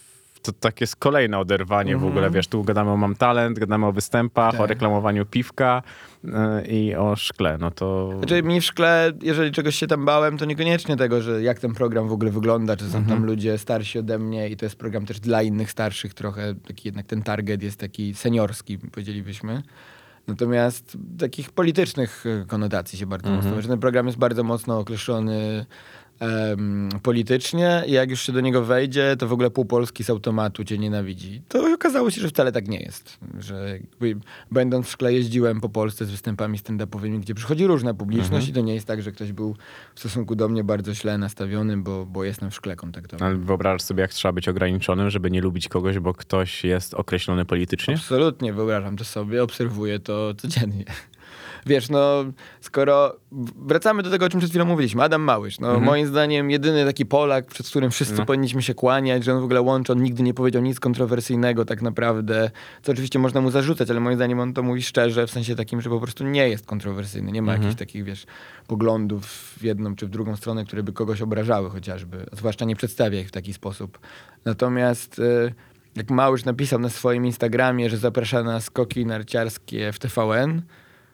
to tak jest kolejne oderwanie w ogóle, wiesz, tu gadamy o Mam Talent, gadamy o występach, Tak. o reklamowaniu piwka yy, i o szkle, no to... Znaczy mi w szkle, jeżeli czegoś się tam bałem, to niekoniecznie tego, że jak ten program w ogóle wygląda, czy są Mhm. tam ludzie starsi ode mnie i to jest program też dla innych starszych trochę, taki jednak ten target jest taki seniorski, powiedzielibyśmy. Natomiast takich politycznych y, konotacji się bardzo Mhm. mocno, że ten program jest bardzo mocno określony em, politycznie i jak już się do niego wejdzie, to w ogóle pół Polski z automatu cię nienawidzi. To okazało się, że wcale tak nie jest. Że jakby, będąc w szkle jeździłem po Polsce z występami stand-upowymi, gdzie przychodzi różna publiczność i to nie jest tak, że ktoś był w stosunku do mnie bardzo źle nastawiony, bo, bo jestem w szkle kontaktowym. Ale wyobrażasz sobie, jak trzeba być ograniczonym, żeby nie lubić kogoś, bo ktoś jest określony politycznie? Absolutnie, wyobrażam to sobie, obserwuję to codziennie. Wiesz, no, skoro wracamy do tego, o czym przed chwilą mówiliśmy, Adam Małysz, no Mhm. moim zdaniem jedyny taki Polak, przed którym wszyscy No. powinniśmy się kłaniać, że on w ogóle łączy, on nigdy nie powiedział nic kontrowersyjnego tak naprawdę, co oczywiście można mu zarzucać, ale moim zdaniem on to mówi szczerze, w sensie takim, że po prostu nie jest kontrowersyjny, nie ma Mhm. jakichś takich, wiesz, poglądów w jedną czy w drugą stronę, które by kogoś obrażały chociażby, zwłaszcza nie przedstawia ich w taki sposób. Natomiast... Y- jak Małysz napisał na swoim Instagramie, że zaprasza na skoki narciarskie w T V N,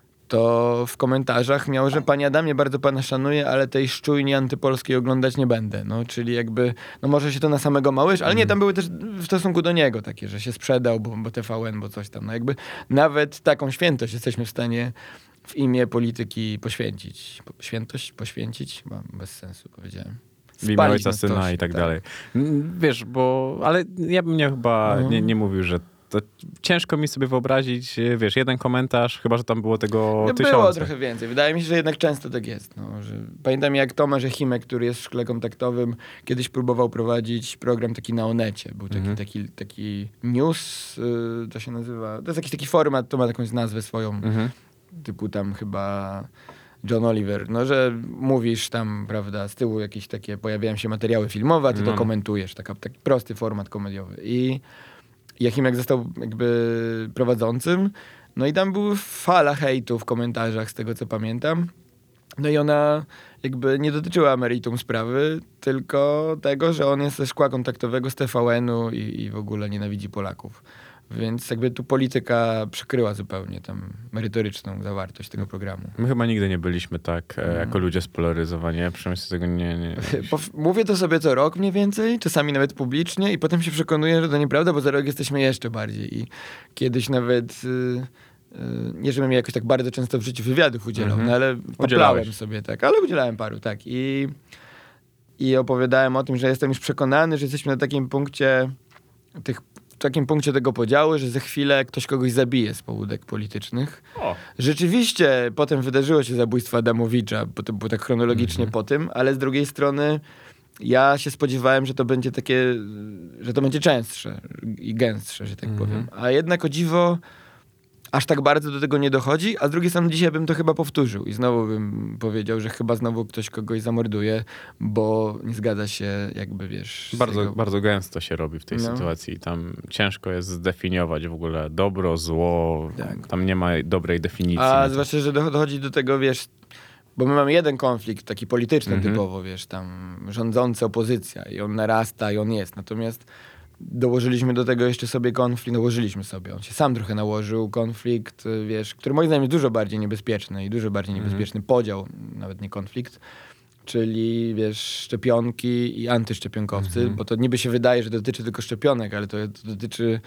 to w komentarzach miał, że panie Adamie, bardzo pana szanuję, ale tej szczujni antypolskiej oglądać nie będę. No, czyli jakby, no może się to na samego Małysz, ale nie, tam były też w stosunku do niego takie, że się sprzedał, bo, bo T V N, bo coś tam. No jakby nawet taką świętość jesteśmy w stanie w imię polityki poświęcić. Po, świętość? Poświęcić? Bo bez sensu powiedziałem. W imię Spalić ojca, na syna stosie, i tak dalej. Mm, Wiesz, bo... Ale ja bym nie chyba Mhm. nie, nie mówił, że... To ciężko mi sobie wyobrazić, wiesz, jeden komentarz, chyba że tam było tego No tysiące. było trochę więcej. Wydaje mi się, że jednak często tak jest. No, że pamiętam, jak Tomasz Echimek, który jest w szkle kontaktowym, kiedyś próbował prowadzić program taki na Onecie. Był taki, Mhm. taki, taki news, y, to się nazywa... To jest jakiś taki format, to ma jakąś nazwę swoją, Mhm. typu tam chyba John Oliver. No, że mówisz tam, prawda, z tyłu jakieś takie, pojawiają się materiały filmowe, a ty No. to komentujesz. Taka, taki prosty format komediowy. I Jachimek został jakby prowadzącym, no i tam była fala hejtu w komentarzach, z tego co pamiętam. No i ona jakby nie dotyczyła meritum sprawy, tylko tego, że on jest ze szkła kontaktowego z T V N-u i, i w ogóle nienawidzi Polaków. Więc jakby tu polityka przykryła zupełnie tam merytoryczną zawartość tego programu. My chyba nigdy nie byliśmy tak e, Mm. jako ludzie spolaryzowani. Ja przynajmniej z tego nie... nie... Pow- Mówię to sobie co rok mniej więcej, czasami nawet publicznie i potem się przekonuję, że to nieprawda, bo za rok jesteśmy jeszcze bardziej. I kiedyś nawet, y, y, nie żebym jakoś tak bardzo często w życiu wywiadów udzielał, Mhm. no ale poplałem Udzielałeś. sobie, tak, ale udzielałem paru, tak. I, I opowiadałem o tym, że jestem już przekonany, że jesteśmy na takim punkcie tych w takim punkcie tego podziału, że za chwilę ktoś kogoś zabije z pobudek politycznych. O. Rzeczywiście potem wydarzyło się zabójstwo Adamowicza, bo to było tak chronologicznie Mhm. po tym, ale z drugiej strony ja się spodziewałem, że to będzie takie, że to będzie częstsze i gęstsze, że tak Mhm. powiem. A jednak o dziwo aż tak bardzo do tego nie dochodzi, a z drugiej strony dzisiaj bym to chyba powtórzył i znowu bym powiedział, że chyba znowu ktoś kogoś zamorduje, bo nie zgadza się jakby, wiesz... z Bardzo, tego- bardzo gęsto się robi w tej No. sytuacji. Tam ciężko jest zdefiniować w ogóle dobro, zło. Tak. Tam nie ma dobrej definicji. A na to. zwłaszcza, że do- dochodzi do tego, wiesz, bo my mamy jeden konflikt, taki polityczny Mhm. typowo, wiesz, tam rządzący, opozycja i on narasta i on jest. Natomiast dołożyliśmy do tego jeszcze sobie konflikt, dołożyliśmy sobie, on się sam trochę nałożył, konflikt, y, wiesz, który moim zdaniem jest dużo bardziej niebezpieczny i dużo bardziej Mhm. niebezpieczny podział, nawet nie konflikt, czyli, wiesz, szczepionki i antyszczepionkowcy, Mhm. bo to niby się wydaje, że dotyczy tylko szczepionek, ale to, to dotyczy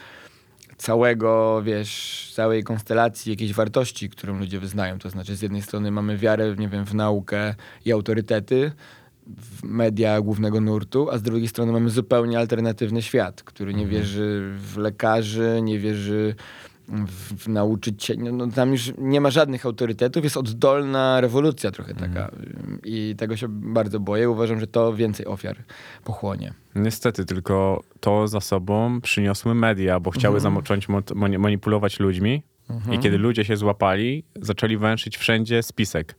całego, wiesz, całej konstelacji jakiejś wartości, którą ludzie wyznają. To znaczy z jednej strony mamy wiarę, nie wiem, w naukę i autorytety, w media głównego nurtu, a z drugiej strony mamy zupełnie alternatywny świat, który nie wierzy w lekarzy, nie wierzy w, w nauczycieli. No, no, tam już nie ma żadnych autorytetów, jest oddolna rewolucja trochę taka. I tego się bardzo boję. Uważam, że to więcej ofiar pochłonie. Niestety, tylko to za sobą przyniosły media, bo chciały Mhm. zacząć mo- mani- manipulować ludźmi i kiedy ludzie się złapali, zaczęli węszyć wszędzie spisek.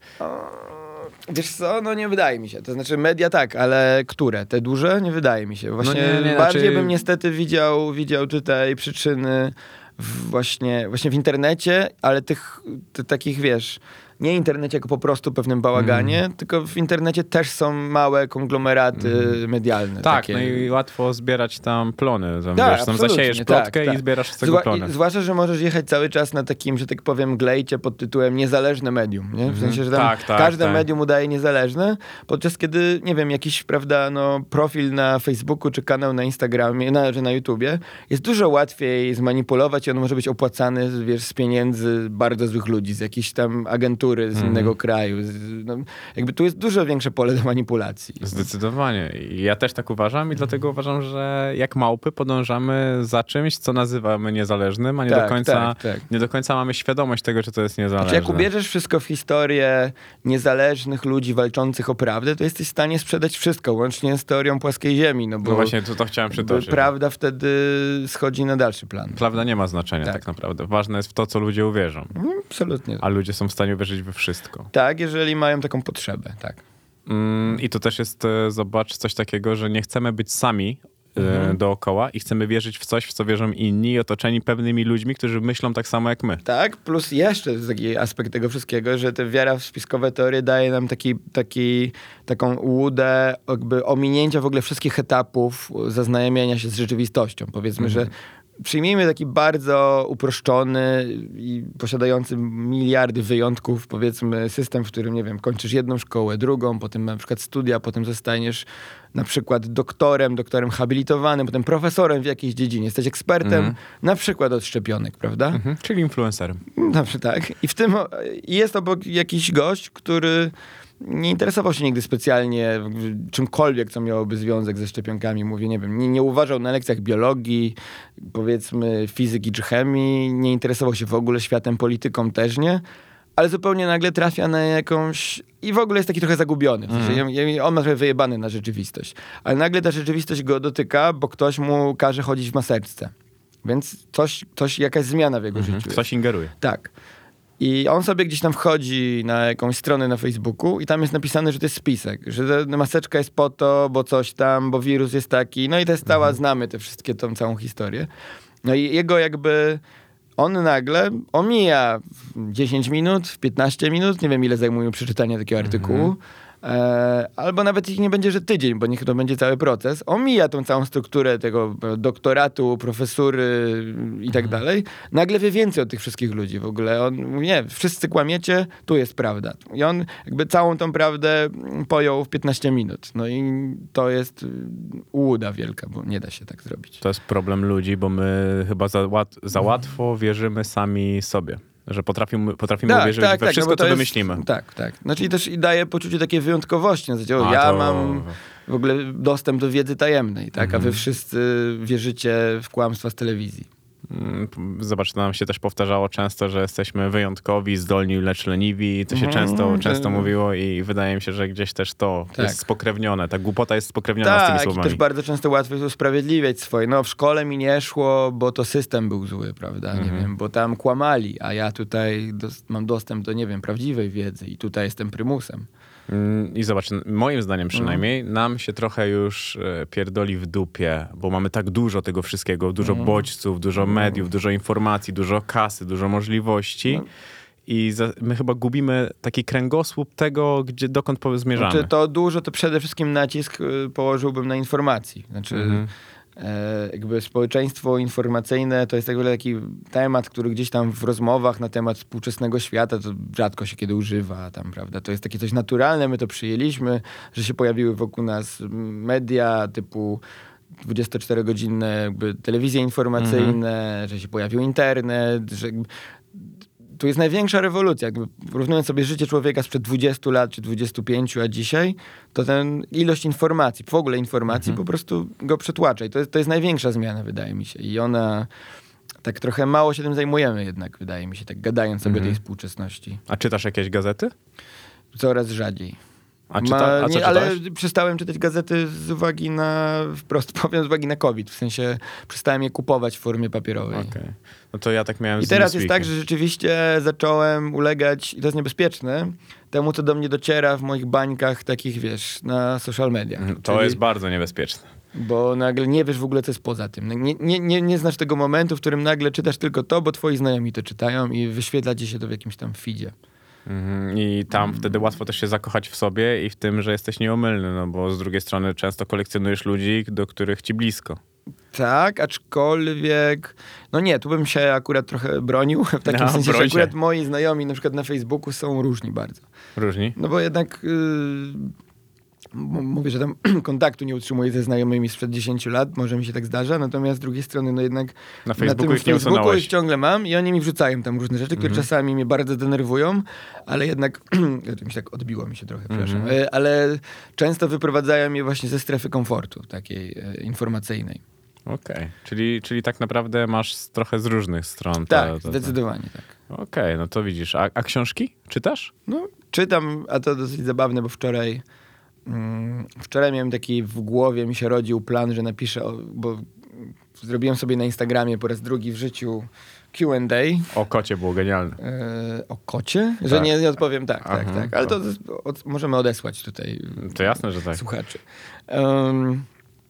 Wiesz co, no nie wydaje mi się. To znaczy media tak, ale które? Te duże? Nie wydaje mi się. Właśnie nie, nie, bardziej znaczy- bym niestety widział, widział tutaj przyczyny w właśnie, właśnie w internecie, ale tych, tych takich, wiesz, nie internecie jako po prostu pewnym bałaganie, mm. tylko w internecie też są małe konglomeraty mm. medialne. Tak, takie. no i łatwo zbierać tam plony. Tam, Tak, wiesz, tam zasiejesz plotkę tak, tak. i zbierasz z tego Zwa- plony. Zwłaszcza, że możesz jechać cały czas na takim, że tak powiem, glejcie pod tytułem niezależne medium. Nie? W sensie, że tam tak, tak, każde tak. medium udaje niezależne, podczas kiedy, nie wiem, jakiś, prawda, no, profil na Facebooku czy kanał na Instagramie, na, czy na YouTubie jest dużo łatwiej zmanipulować i on może być opłacany, wiesz, z pieniędzy bardzo złych ludzi, z jakiejś tam agentury z mm. innego kraju. Z, no, jakby tu jest dużo większe pole do manipulacji. Zdecydowanie. I ja też tak uważam i dlatego uważam, że jak małpy podążamy za czymś, co nazywamy niezależnym, a nie, Tak, do, końca, tak, tak. nie do końca mamy świadomość tego, że to jest niezależne. Znaczy, jak ubierzesz wszystko w historię niezależnych ludzi walczących o prawdę, to jesteś w stanie sprzedać wszystko, łącznie z teorią płaskiej ziemi. No, bo no właśnie, to, to chciałem przytoczyć. Prawda wtedy schodzi na dalszy plan. Prawda nie ma znaczenia tak. tak naprawdę. Ważne jest w to, co ludzie uwierzą. No, absolutnie. A ludzie są w stanie uwierzyć we wszystko. Tak, jeżeli mają taką potrzebę, tak. Mm, I to też jest, e, zobacz, coś takiego, że nie chcemy być sami e, mhm. dookoła i chcemy wierzyć w coś, w co wierzą inni, otoczeni pewnymi ludźmi, którzy myślą tak samo jak my. Tak, plus jeszcze jest taki aspekt tego wszystkiego, że ta wiara w spiskowe teorie daje nam taki, taki, taką łudę jakby ominięcia w ogóle wszystkich etapów zaznajamiania się z rzeczywistością. Powiedzmy, mhm. że przyjmijmy taki bardzo uproszczony i posiadający miliardy wyjątków, powiedzmy, system, w którym, nie wiem, kończysz jedną szkołę, drugą, potem na przykład studia, potem zostaniesz na przykład doktorem, doktorem habilitowanym, potem profesorem w jakiejś dziedzinie. Jesteś ekspertem mm. na przykład od szczepionek, prawda? Mm-hmm. Czyli influencerem. Dobrze, tak. I w tym jest obok jakiś gość, który nie interesował się nigdy specjalnie czymkolwiek, co miałoby związek ze szczepionkami. Mówię, nie wiem, nie, nie uważał na lekcjach biologii, powiedzmy fizyki czy chemii, nie interesował się w ogóle światem, polityką też nie, ale zupełnie nagle trafia na jakąś... I w ogóle jest taki trochę zagubiony. W sensie, mm. on ma trochę wyjebany na rzeczywistość. Ale nagle ta rzeczywistość go dotyka, bo ktoś mu każe chodzić w maseczce. Więc coś, coś jakaś zmiana w jego mm-hmm. życiu. Coś ingeruje. Tak. I on sobie gdzieś tam wchodzi na jakąś stronę na Facebooku i tam jest napisane, że to jest spisek, że maseczka jest po to, bo coś tam, bo wirus jest taki. No i to jest cała, mhm. znamy te wszystkie, tą całą historię. No i jego jakby, on nagle omija dziesięć minut, piętnaście minut, nie wiem ile zajmuje przeczytanie takiego artykułu, mhm. E, albo nawet ich nie będzie, że tydzień, bo niech to będzie cały proces. Omija tą całą strukturę tego doktoratu, profesury i tak mhm. dalej. Nagle wie więcej od tych wszystkich ludzi w ogóle. On mówi, nie, wszyscy kłamiecie, tu jest prawda. I on jakby całą tą prawdę pojął w piętnaście minut. No i to jest ułuda wielka, bo nie da się tak zrobić. To jest problem ludzi, bo my chyba za, łat, za łatwo wierzymy sami sobie. Że potrafimy, potrafimy tak, uwierzyć tak, we tak, wszystko, no co jest, wymyślimy. Tak, tak. Znaczy też i daje poczucie takiej wyjątkowości. Na zasadzie, o, A, ja to... mam w ogóle dostęp do wiedzy tajemnej, tak? Mhm. A wy wszyscy wierzycie w kłamstwa z telewizji. Zobacz, nam się też powtarzało często, że jesteśmy wyjątkowi, zdolni, lecz leniwi. To się mm, często, często mówiło i wydaje mi się, że gdzieś też to tak. jest spokrewnione. Ta głupota jest spokrewniona tak, z tymi słowami. Tak, i też bardzo często łatwo jest usprawiedliwiać swoje. No w szkole mi nie szło, bo to system był zły, prawda? Mm-hmm. Nie wiem, bo tam kłamali, a ja tutaj dos- mam dostęp do, nie wiem, prawdziwej wiedzy i tutaj jestem prymusem. I zobacz, moim zdaniem przynajmniej, mm. nam się trochę już pierdoli w dupie, bo mamy tak dużo tego wszystkiego, dużo mm. bodźców, dużo mediów, dużo informacji, dużo kasy, dużo możliwości. No. I za, my chyba gubimy taki kręgosłup tego, gdzie dokąd zmierzamy. Znaczy to dużo, to przede wszystkim nacisk położyłbym na informacji. Znaczy mm. e, jakby społeczeństwo informacyjne to jest taki temat, który gdzieś tam w rozmowach na temat współczesnego świata to rzadko się kiedy używa tam, prawda? To jest takie coś naturalne, my to przyjęliśmy, że się pojawiły wokół nas media typu dwudziestoczterogodzinne jakby telewizje informacyjne, mm. że się pojawił internet, że tu jest największa rewolucja. Jakby porównując sobie życie człowieka sprzed dwudziestu lat czy dwudziestu pięciu, a dzisiaj, to ten ilość informacji, w ogóle informacji mhm. po prostu go przetłacza. I to jest, to jest największa zmiana, wydaje mi się. I ona, tak trochę mało się tym zajmujemy jednak, wydaje mi się, tak gadając sobie mhm. o tej współczesności. A czytasz jakieś gazety? Coraz rzadziej. A, czyta, a co nie, czytałeś? Ale przestałem czytać gazety z uwagi na, wprost powiem, z uwagi na COVID. W sensie przestałem je kupować w formie papierowej. Okay. No to ja tak miałem I z teraz Newsweekiem. jest tak, że rzeczywiście zacząłem ulegać, i to jest niebezpieczne, temu, co do mnie dociera w moich bańkach takich, wiesz, na social mediach. To Czyli, jest bardzo niebezpieczne. Bo nagle nie wiesz w ogóle, co jest poza tym. Nie, nie, nie, nie znasz tego momentu, w którym nagle czytasz tylko to, bo twoi znajomi to czytają i wyświetla ci się to w jakimś tam feedzie. Mhm. I tam wtedy łatwo też się zakochać w sobie i w tym, że jesteś nieomylny, no bo z drugiej strony często kolekcjonujesz ludzi, do których ci blisko. Tak, aczkolwiek, no nie, tu bym się akurat trochę bronił, w takim No, sensie, że broń się. akurat moi znajomi na przykład na Facebooku są różni bardzo. Różni? No bo jednak yy, m- mówię, że tam kontaktu nie utrzymuję ze znajomymi sprzed dziesięciu lat, może mi się tak zdarza, natomiast z drugiej strony no jednak Na Facebooku tym ich nie Facebooku usunąłeś. ich ciągle mam i oni mi wrzucają tam różne rzeczy, które Mhm. czasami mnie bardzo denerwują, ale jednak, to mi się tak odbiło mi się trochę, przepraszam, Mhm. Yy, ale często wyprowadzają mnie właśnie ze strefy komfortu takiej yy, informacyjnej. Okej, czyli, czyli tak naprawdę masz z, trochę z różnych stron. to- Tak, to- to- zdecydowanie tak. Okej, no to widzisz. A, a książki czytasz? No, czytam, a to dosyć zabawne, bo wczoraj mm, wczoraj miałem taki w głowie, mi się rodził plan, że napiszę, o, bo zrobiłem sobie na Instagramie po raz drugi w życiu Q and A O kocie było genialne. e, o kocie, że Tak. nie, nie odpowiem tak, tak, Aha, tak, ale to- to od, możemy odesłać tutaj To jasne, że tak. słuchaczy. Um,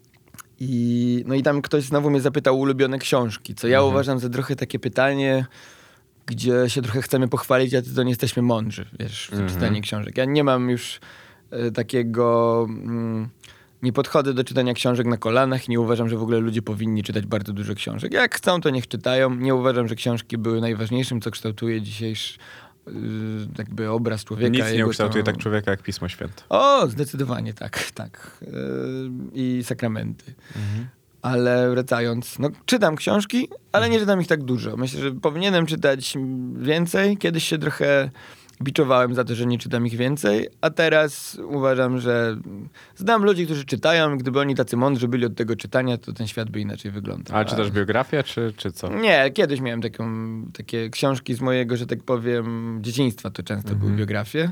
i, no i tam ktoś znowu mnie zapytał o ulubione książki, co ja Mhm. uważam za trochę takie pytanie, gdzie się trochę chcemy pochwalić, a ty to nie jesteśmy mądrzy, wiesz, w Mhm. czytaniu książek. Ja nie mam już e, takiego... Mm, nie podchodzę do czytania książek na kolanach i nie uważam, że w ogóle ludzie powinni czytać bardzo dużo książek. Jak chcą, to niech czytają. Nie uważam, że książki były najważniejszym, co kształtuje dzisiejszy y, jakby obraz człowieka. Nic nie jego ukształtuje to- tak człowieka jak Pismo Święte. O, zdecydowanie tak, tak. Yy, I sakramenty. Ale wracając, no czytam książki, ale nie czytam ich tak dużo. Myślę, że powinienem czytać więcej. Kiedyś się trochę biczowałem za to, że nie czytam ich więcej, a teraz uważam, że znam ludzi, którzy czytają. Gdyby oni tacy mądrzy byli od tego czytania, to ten świat by inaczej wyglądał. Ale czytasz biografię, czy, czy co? Nie, kiedyś miałem taką, takie książki z mojego, że tak powiem, dzieciństwa, to często były biografie,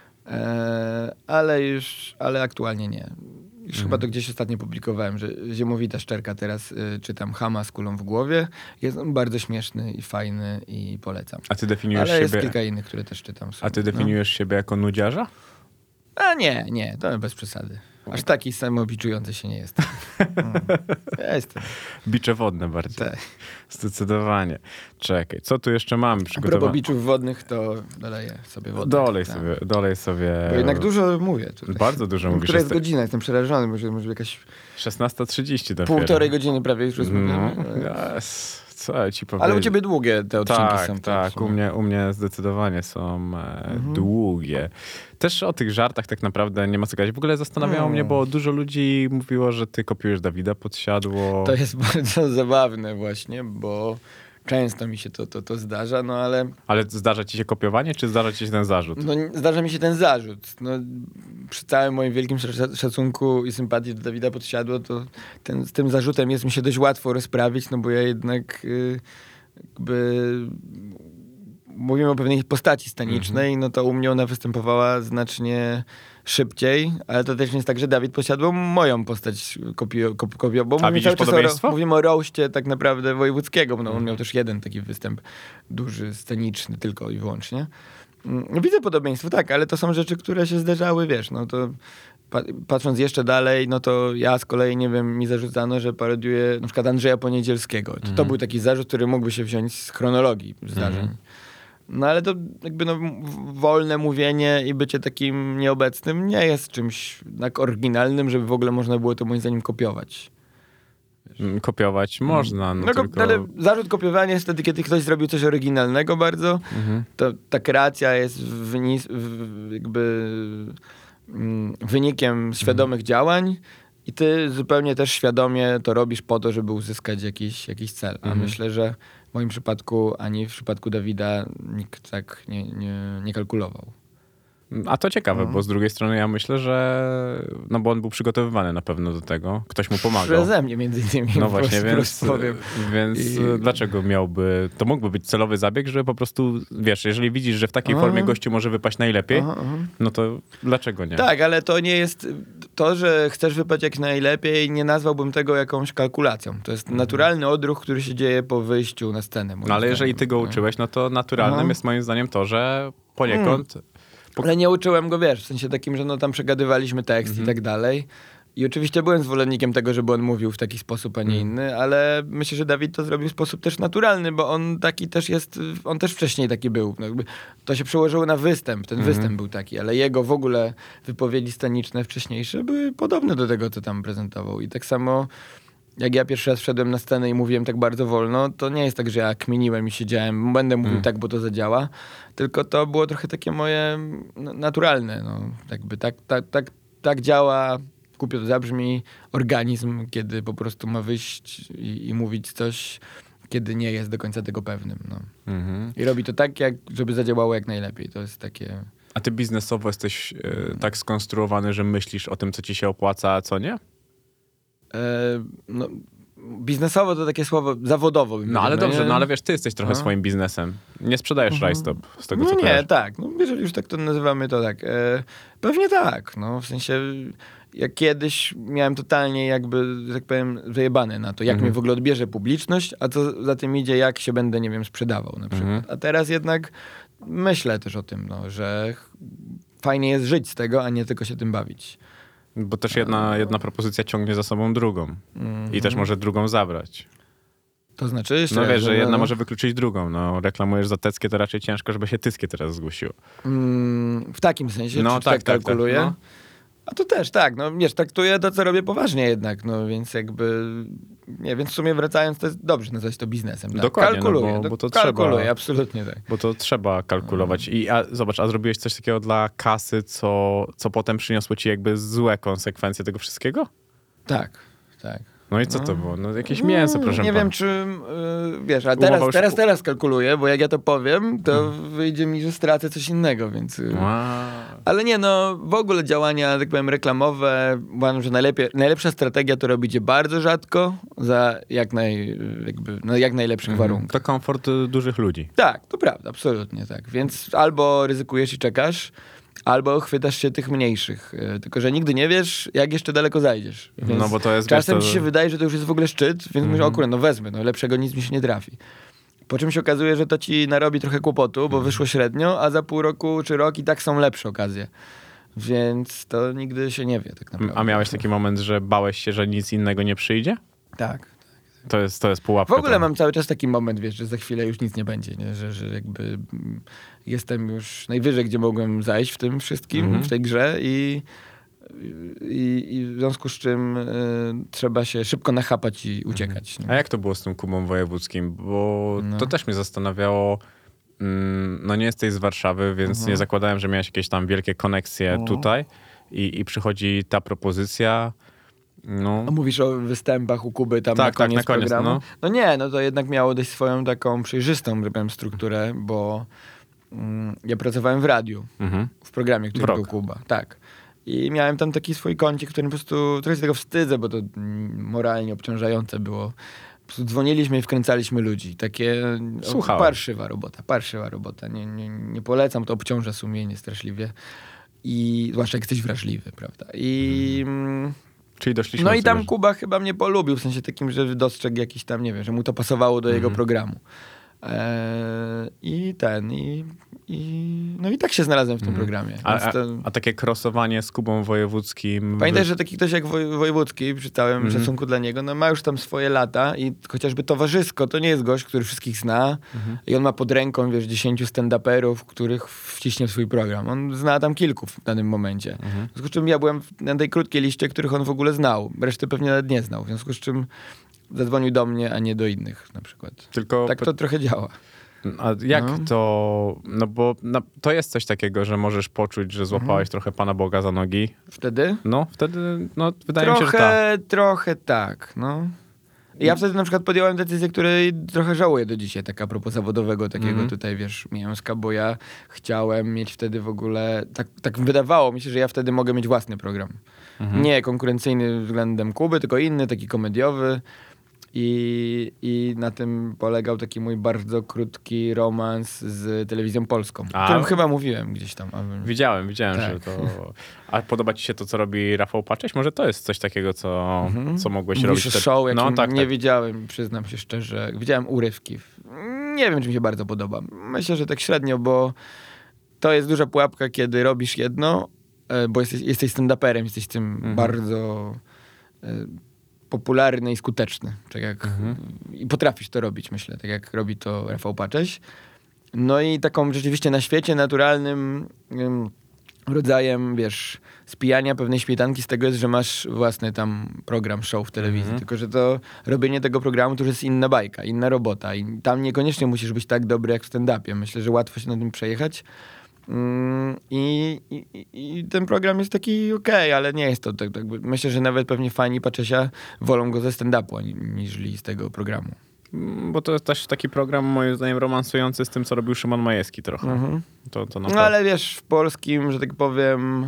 e, ale już, ale aktualnie nie. Już chyba to gdzieś ostatnio publikowałem, że Ziemowita Szczerka teraz y, czytam Chama z kulą w głowie. Jest on bardzo śmieszny i fajny i polecam. A ty definiujesz Ale jest siebie... kilka innych, które też czytam. A ty definiujesz siebie jako nudziarza? No. A nie, nie, to bez przesady. Aż taki samobiczujący się nie jestem. Mm. Ja jestem. Bicze wodne bardziej. Tak. Zdecydowanie. Czekaj, co tu jeszcze mamy A propos przygotowane? biczów wodnych, to doleję sobie wodę. Dolej Tak. sobie, dolej sobie... Bo jednak dużo mówię tutaj. Bardzo dużo mówisz. Która jest Jest godzina? Jestem przerażony, może, może jakaś szesnasta trzydzieści dopiero. półtorej godziny prawie już No, rozmawiamy. yes. Co ja ci powiem? Ale u ciebie długie te odcinki Tak, są. tak, u mnie, u mnie zdecydowanie są e, długie. Też o tych żartach tak naprawdę nie ma co gadać. W ogóle zastanawiało Mm. mnie, bo dużo ludzi mówiło, że ty kopiujesz Dawida Podsiadło. To jest bardzo zabawne właśnie, bo często mi się to, to, to zdarza, no ale Ale zdarza ci się kopiowanie, czy zdarza ci się ten zarzut? no, zdarza mi się ten zarzut. No, przy całym moim wielkim szac- szacunku i sympatii do Dawida Podsiadło, to ten, z tym zarzutem jest mi się dość łatwo rozprawić, no bo ja jednak y, jakby mówimy o pewnej postaci scenicznej, no to u mnie ona występowała znacznie szybciej, ale to też nie jest tak, że Dawid Podsiadło moją postać kopiował, kop, kopio, bo A mówimy widzisz cały czas o, podobieństwo? ro- mówimy o roście tak naprawdę wojewódzkiego, bo no, on miał też jeden taki występ duży, sceniczny tylko i wyłącznie. Mm, no, widzę podobieństwo, tak, ale to są rzeczy, które się zdarzały, wiesz, no to pa- patrząc jeszcze dalej, no to ja z kolei, nie wiem, mi zarzucano, że parodiuję na przykład Andrzeja Poniedzielskiego. To, to był taki zarzut, który mógłby się wziąć z chronologii zdarzeń. No ale to jakby no, w- wolne mówienie i bycie takim nieobecnym nie jest czymś tak oryginalnym, żeby w ogóle można było to moim zdaniem kopiować. Mm, Kopiować można, no, No, ko- tylko... ale zarzut kopiowania jest wtedy, kiedy ktoś zrobił coś oryginalnego bardzo, Mhm. to ta kreacja jest wyni- w- jakby mm, wynikiem świadomych działań i ty zupełnie też świadomie to robisz po to, żeby uzyskać jakiś, jakiś cel. A myślę, że w moim przypadku, ani w przypadku Dawida nikt tak nie, nie, nie kalkulował. A to ciekawe, bo z drugiej strony ja myślę, że... No bo on był przygotowywany na pewno do tego. Ktoś mu pomagał. Przeze mnie między innymi. No po właśnie, prostu, więc, po prostu powiem. więc I- dlaczego miałby... To mógłby być celowy zabieg, żeby po prostu, wiesz, jeżeli widzisz, że w takiej Aha. formie gościu może wypaść najlepiej, Aha, aha. no to dlaczego nie? Tak, ale to nie jest to, że chcesz wypaść jak najlepiej, nie nazwałbym tego jakąś kalkulacją. To jest naturalny odruch, który się dzieje po wyjściu na scenę. moim No ale zdaniem. jeżeli ty go uczyłeś, no to naturalnym Aha. jest moim zdaniem to, że poniekąd... Ale nie uczyłem go, wiesz, w sensie takim, że no tam przegadywaliśmy tekst i tak dalej. I oczywiście byłem zwolennikiem tego, żeby on mówił w taki sposób, a nie Mm. inny, ale myślę, że Dawid to zrobił w sposób też naturalny, bo on taki też jest, on też wcześniej taki był. No jakby to się przełożyło na występ, ten Mhm. występ był taki, ale jego w ogóle wypowiedzi sceniczne wcześniejsze były podobne do tego, co tam prezentował. I tak samo jak ja pierwszy raz wszedłem na scenę i mówiłem tak bardzo wolno, to nie jest tak, że ja kminiłem i siedziałem, będę mówił Mm. tak, bo to zadziała, tylko to było trochę takie moje no, naturalne. No. Jakby tak, tak, tak, tak działa, głupio to zabrzmi, organizm, kiedy po prostu ma wyjść i, i mówić coś, kiedy nie jest do końca tego pewnym. No. Mhm. I robi to tak, jak, żeby zadziałało jak najlepiej. To jest takie... A ty biznesowo jesteś e, tak skonstruowany, że myślisz o tym, co ci się opłaca, a co nie? E, no, biznesowo to takie słowo, zawodowo bym No ale powiedział, dobrze, nie? no ale wiesz, ty jesteś trochę No. swoim biznesem. Nie sprzedajesz Mhm. rajstop, z tego No co nie, kojarzę. tak. No, jeżeli już tak to nazywamy, to tak. E, pewnie tak. No, w sensie, jak kiedyś miałem totalnie jakby, że tak powiem, wyjebane na to, jak Mhm. mnie w ogóle odbierze publiczność, a co za tym idzie, jak się będę, nie wiem, sprzedawał na przykład. Mhm. A teraz jednak myślę też o tym, no, że ch- fajnie jest żyć z tego, a nie tylko się tym bawić. Bo też jedna, jedna propozycja ciągnie za sobą drugą. I też może drugą zabrać. To znaczy, jeszcze No raz, wiesz, że jedna no, może wykluczyć drugą. No reklamujesz za teckie, to raczej ciężko, żeby się tyskie teraz zgłosiło. Mm, w takim sensie, No czy tak, tak, tak, tak, kalkuluję? no. A to też, tak, no wiesz, traktuję to, co robię poważnie jednak, no więc jakby, nie, więc w sumie wracając, to jest dobrze nazwać to biznesem. Tak? Dokładnie, no kalkuluję, bo- do- bo to kalkuluję, trzeba. absolutnie tak. Bo to trzeba kalkulować. I a, zobacz, a zrobiłeś coś takiego dla kasy, co, co potem przyniosło ci jakby złe konsekwencje tego wszystkiego? Tak, tak. No i co to było? No jakieś mięso, proszę Nie pana. wiem, czy, yy, wiesz, a Umowa teraz, już- teraz, teraz kalkuluję, bo jak ja to powiem, to wyjdzie mi, że stracę coś innego, więc... yy. Wow. Ale nie, no w ogóle działania, tak powiem, reklamowe, uważam, że najlepiej, najlepsza strategia to robić je bardzo rzadko, za jak, naj, jakby, na jak najlepszych Mhm. warunkach. To komfort y, dużych ludzi. Tak, to prawda, absolutnie tak. Więc albo ryzykujesz i czekasz, albo chwytasz się tych mniejszych. Yy, Tylko, że nigdy nie wiesz, jak jeszcze daleko zajdziesz. Więc No bo to jest... czasem wiesz, to, ci się wydaje, że to już jest w ogóle szczyt, więc Mhm. myślę, o kurde, no wezmę, no lepszego nic mi się nie trafi. Po czym się okazuje, że to ci narobi trochę kłopotu, bo Mhm. wyszło średnio, a za pół roku czy rok i tak są lepsze okazje. Więc to nigdy się nie wie tak naprawdę. A miałeś taki moment, że bałeś się, że nic innego nie przyjdzie? Tak. To jest, to jest W pułapka. ogóle to. mam cały czas taki moment, wiesz, że za chwilę już nic nie będzie, nie? Że, że jakby mm, jestem już najwyżej, gdzie mogłem zajść w tym wszystkim, Mhm. w tej grze i, i, i w związku z czym y, trzeba się szybko nachapać i uciekać. nie? A jak to było z tym Kubą Wojewódzkim? Bo No. to też mnie zastanawiało. Mm, no nie jesteś z Warszawy, więc Mhm. nie zakładałem, że miałeś jakieś tam wielkie koneksje Mhm. tutaj. I, I przychodzi ta propozycja. No, A mówisz o występach u Kuby tam Tak, na tak, koniec, na koniec, programu? no. No nie, no to jednak miało dość swoją taką przejrzystą, że powiem, strukturę, bo mm, ja pracowałem w radiu, mhm. w programie, który W Rock. był Kuba. Tak. I miałem tam taki swój kącik, który po prostu trochę się tego wstydzę, bo to mm, moralnie obciążające było. Po prostu dzwoniliśmy i wkręcaliśmy ludzi. Takie o, Słuchałem. parszywa robota, parszywa robota. Nie, nie, nie polecam, to obciąża sumienie straszliwie. I zwłaszcza jak jesteś wrażliwy, prawda? I... Mm, Czyli doszliśmy no do i tam tego, Kuba chyba mnie polubił, w sensie takim, że dostrzegł jakiś tam, nie wiem, że mu to pasowało do jego programu. Eee, I ten, i, i... No i tak się znalazłem w tym programie. A, Więc a, to... a takie krosowanie z Kubą Wojewódzkim... Pamiętaj, że taki ktoś jak woj, Wojewódzki, przy całym Mhm. szacunku dla niego, no ma już tam swoje lata i chociażby towarzysko, to nie jest gość, który wszystkich zna i on ma pod ręką, wiesz, dziesięciu stand-uperów, których wciśnie w swój program. On zna tam kilku w danym momencie. W związku z czym ja byłem w- na tej krótkiej liście, których on w ogóle znał. Reszty pewnie nawet nie znał. W związku z czym zadzwonił do mnie, a nie do innych na przykład. Tylko Tak to trochę działa. A jak No. to... No bo no, to jest coś takiego, że możesz poczuć, że złapałeś trochę Pana Boga za nogi. Wtedy? No, wtedy, no, wydaje mi się, że tak. Trochę, trochę tak, no. Ja wtedy na przykład podjąłem decyzję, której trochę żałuję do dzisiaj, tak a propos zawodowego takiego Mhm. tutaj, wiesz, mięska, bo ja chciałem mieć wtedy w ogóle, tak, tak wydawało mi się, że ja wtedy mogę mieć własny program. Mhm. Nie konkurencyjny względem Kuby, tylko inny, taki komediowy. I, I na tym polegał taki mój bardzo krótki romans z telewizją polską, A. o którym chyba mówiłem gdzieś tam. a- Widziałem, widziałem, Tak. że to... A podoba ci się to, co robi Rafał Paczyś? Może to jest coś takiego, co, co mogłeś Mówisz robić? o wtedy? show, jakim No tak, nie tak. widziałem, przyznam się szczerze. Widziałem urywki. Nie wiem, czy mi się bardzo podoba. Myślę, że tak średnio, bo to jest duża pułapka, kiedy robisz jedno, e, bo jesteś, jesteś stand-uperem, jesteś tym Mhm. bardzo e, popularny i skuteczny. Tak jak, Mhm. I potrafisz to robić, myślę, tak jak robi to Rafał Pacześ. No i taką rzeczywiście na świecie naturalnym ym, rodzajem, wiesz, spijania pewnej śmietanki z tego jest, że masz własny tam program, show w telewizji. Mhm. Tylko że to robienie tego programu to już jest inna bajka, inna robota. I tam niekoniecznie musisz być tak dobry jak w stand-upie. Myślę, że łatwo się na tym przejechać. Mm, I, i, I ten program jest taki okej, ale nie jest to tak. tak myślę, że nawet pewnie fani Paczesia wolą go ze stand-upu ni- niż z tego programu. Bo to jest też taki program, moim zdaniem, romansujący z tym, co robił Szymon Majewski trochę. Mhm. To, to na No pewno. ale wiesz, w polskim, że tak powiem,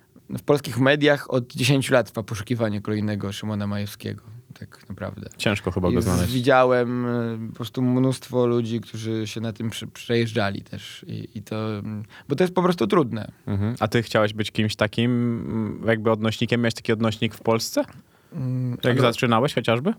w polskich mediach od dziesięciu lat trwa poszukiwanie kolejnego Szymona Majewskiego. Tak naprawdę. Ciężko chyba I go z- znaleźć. Widziałem y, po prostu mnóstwo ludzi, którzy się na tym prze, przejeżdżali też. I, i to, mm, bo to jest po prostu trudne. Mhm. A ty chciałeś być kimś takim, mm, jakby odnośnikiem? Miałeś taki odnośnik w Polsce? Mm, Jak ale zaczynałeś chociażby?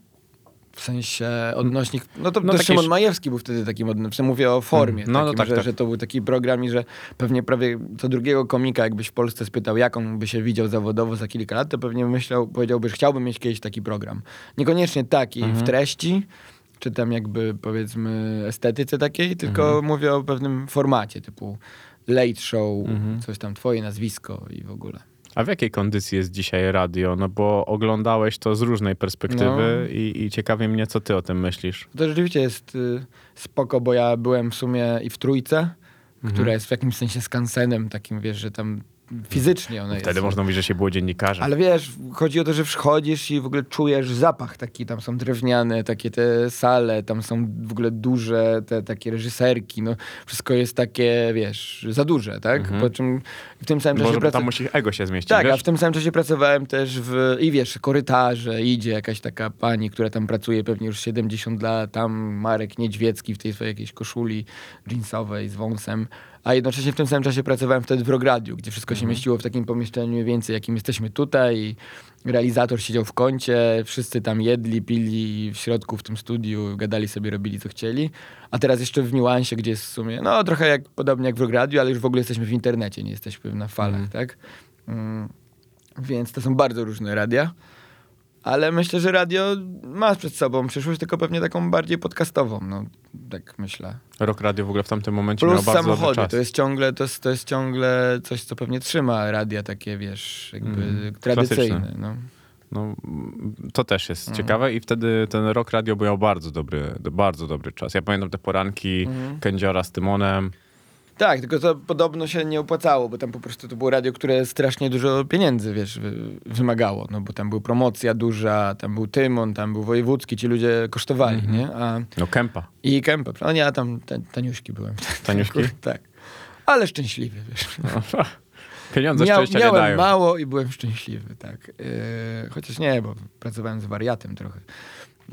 w sensie odnośnik, no to No też taki Szymon sz- Majewski był wtedy takim odnośnikiem. Mówię o formie, Mm, no, no takim, tak, że, tak. że to był taki program i że pewnie prawie co drugiego komika, jakbyś w Polsce spytał, jak on by się widział zawodowo za kilka lat, to pewnie myślał, powiedziałby, że chciałbym mieć kiedyś taki program. Niekoniecznie taki Mhm. w treści, czy tam jakby powiedzmy estetyce takiej, tylko Mhm. mówię o pewnym formacie, typu late show, Mhm. coś tam, twoje nazwisko i w ogóle. A w jakiej kondycji jest dzisiaj radio? No bo oglądałeś to z różnej perspektywy No. i, i ciekawi mnie, co ty o tym myślisz. To rzeczywiście jest y, spoko, bo ja byłem w sumie i w Trójce, Mhm. która jest w jakimś sensie skansenem takim, wiesz, że tam fizycznie ona jest. Wtedy można mówić, że się było dziennikarzem. Ale wiesz, chodzi o to, że wchodzisz i w ogóle czujesz zapach taki, tam są drewniane takie te sale, tam są w ogóle duże te takie reżyserki, no wszystko jest takie, wiesz, za duże, tak? Mhm. Po czym w tym samym Może czasie bo tam praca- musi ego się zmieścić, tak, wiesz? a w tym samym czasie pracowałem też w, i wiesz, korytarze, idzie jakaś taka pani, która tam pracuje pewnie już siedemdziesiąt lat, tam Marek Niedźwiecki w tej swojej jakiejś koszuli jeansowej z wąsem, a jednocześnie w tym samym czasie pracowałem wtedy w Rogradiu, gdzie wszystko się mieściło w takim pomieszczeniu mniej więcej, jakim jesteśmy tutaj i realizator siedział w kącie, wszyscy tam jedli, pili i w środku w tym studiu gadali sobie, robili co chcieli, a teraz jeszcze w niuansie, gdzie jest w sumie, no trochę jak, podobnie jak w Rogradiu, ale już w ogóle jesteśmy w internecie, nie jesteśmy na falach, Mhm. tak? Mm, więc to są bardzo różne radia. Ale myślę, że radio ma przed sobą przyszłość, tylko pewnie taką bardziej podcastową, no tak myślę. Rock Radio w ogóle w tamtym momencie Plus miał bardzo dobry samochody, czas. to jest ciągle, to jest, to jest ciągle coś, co pewnie trzyma radia takie, wiesz, jakby Mm, tradycyjne. klasyczne. No. No, mm, to też jest Mhm. ciekawe i wtedy ten Rock Radio miał bardzo dobry, bardzo dobry czas. Ja pamiętam te poranki Mhm. Kędziora z Tymonem. Tak, tylko to podobno się nie opłacało, bo tam po prostu to było radio, które strasznie dużo pieniędzy, wiesz, wy, wymagało, no bo tam była promocja duża, tam był Tymon, tam był Wojewódzki, ci ludzie kosztowali, Mhm. nie? A, No Kępa. I Kępa, no nie, ja tam ta, taniuśki byłem. Taniuśki? Tak, ale szczęśliwy, wiesz. No. Pieniądze Miał, szczęścia nie miałem dają. mało i byłem szczęśliwy, tak. Yy, chociaż nie, bo pracowałem z wariatem trochę. Yy,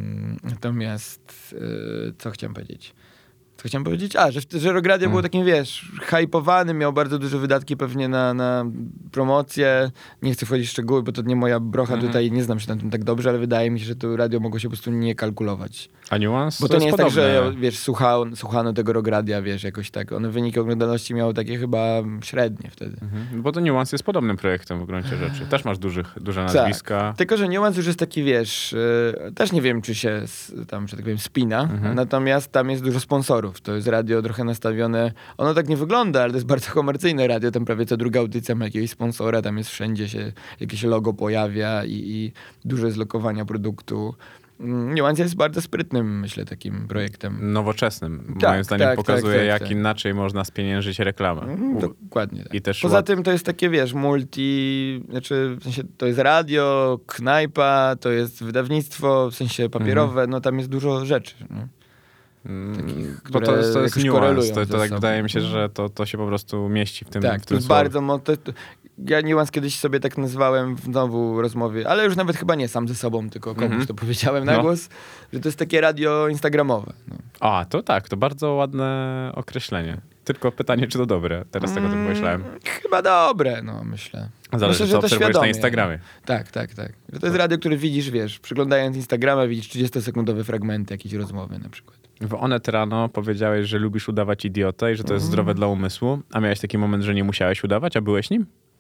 natomiast, yy, co chciałem powiedzieć? Co chciałem powiedzieć? A, że, że Rock Radio Mm. był takim, wiesz, hypowany, miał bardzo duże wydatki pewnie na, na promocję. Nie chcę wchodzić w szczegóły, bo to nie moja brocha Mhm. tutaj, nie znam się na tym tak dobrze, ale wydaje mi się, że to radio mogło się po prostu nie kalkulować. A niuans? Bo to, nie jest podobne. tak, że wiesz, słuchał, słuchano tego Rock Radia, wiesz, jakoś tak. One wyniki oglądalności miały takie chyba średnie wtedy. Mhm. Bo to niuans jest podobnym projektem w gruncie rzeczy. Też masz dużych, duże Tak. nazwiska. Tylko, że niuans już jest taki, wiesz, yy, też nie wiem, czy się s- tam, że tak powiem, spina, Mhm. natomiast tam jest dużo sponsorów. To jest radio trochę nastawione, ono tak nie wygląda, ale to jest bardzo komercyjne radio, tam prawie co druga audycja ma jakiegoś sponsora, tam jest wszędzie się jakieś logo pojawia i, i duże jest lokowania produktu. Mm, Niuans jest bardzo sprytnym, myślę, takim projektem. Nowoczesnym. Tak, Moim zdaniem tak, pokazuje, tak, tak, jak tak. inaczej można spieniężyć reklamę. Mm, U- Dokładnie. Tak. I też Poza ład- tym to jest takie, wiesz, multi, znaczy w sensie to jest radio, knajpa, to jest wydawnictwo, w sensie papierowe, Mhm. no tam jest dużo rzeczy. No. Mm, takich, Bo to, które to jest jakoś niuans. korelują To, ze to tak sobą. wydaje mi się, że to, to się po prostu mieści w tym, Tak, w to tym jest słowie. bardzo, mo- to, to, ja niuans kiedyś sobie tak nazwałem w znowu rozmowie, ale już nawet chyba nie sam ze sobą, tylko komuś Mhm. to powiedziałem na No. głos, że to jest takie radio instagramowe. No. A, to tak, to bardzo ładne określenie. Tylko pytanie, czy to dobre. Teraz tego tak pomyślałem. Mm, Chyba dobre, no myślę. Zależy, myślę, że co to obserwujesz na świadomie. Instagramie. Tak, tak, tak. Że to jest radio, które widzisz, wiesz, przyglądając Instagrama, widzisz trzydziestosekundowe fragmenty jakiejś rozmowy na przykład. W Onet rano powiedziałeś, że lubisz udawać idiotę i że to jest Mhm. zdrowe dla umysłu. A miałeś taki moment, że nie musiałeś udawać, a byłeś nim?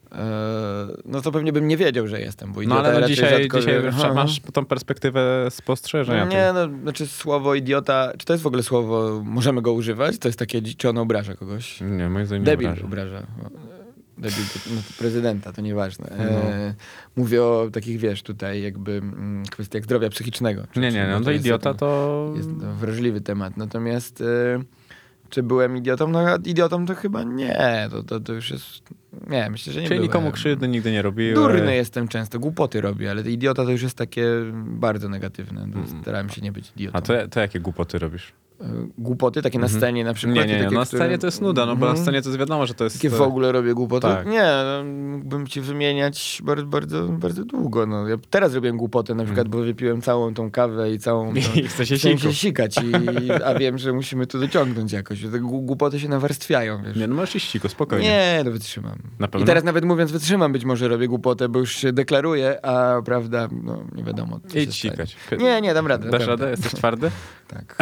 no to pewnie bym nie wiedział, że jestem, bo No idiota ale no raczej dzisiaj, rzadko... dzisiaj Aha. masz tą perspektywę spostrzeżenia. Nie, no, znaczy słowo idiota, czy to jest w ogóle słowo, możemy go używać? To jest takie, czy ono obraża kogoś? Nie, moim zdaniem nie Debil obraża. obraża. Debil to, no, to prezydenta, to nieważne. No. E, mówię o takich, wiesz, tutaj jakby mm, kwestiach zdrowia psychicznego. Czy- Nie, czy- nie, bo no to jest idiota jaką- to... Jest to wrażliwy temat. Natomiast e, czy byłem idiotą? No idiotą to chyba nie. To, to, to już jest... Nie, myślę, że nie Czyli byłem. nikomu krzywdy nigdy nie robiłeś. Durny jestem często, głupoty robię, ale idiota to już jest takie bardzo negatywne. Mm. Starałem się nie być idiotą. A to, to jakie głupoty robisz? Głupoty, takie na scenie na przykład? Nie, nie, nie. takie, Na które- scenie to jest nuda, no bo na Mhm. scenie to jest wiadomo, że to jest... Jakie w ogóle robię głupoty? Tak. Nie, no, mógłbym ci wymieniać bardzo, bardzo, bardzo długo. No. Ja teraz robiłem głupotę na przykład, bo wypiłem całą tą kawę i całą... Tą... I chce się Chciałem siku. się sikać, i, a wiem, że musimy to dociągnąć jakoś. Te głu- głupoty się nawarstwiają, wiesz. Nie, no możesz iść siku, spokojnie. Nie, to wytrzymam. Na pewno? I teraz nawet mówiąc wytrzymam, być może robię głupotę, bo już się deklaruję, a prawda, no nie wiadomo. co Idź się stanie. sikać. Nie, nie, dam radę. Dasz naprawdę. radę? Jesteś twardy? Tak.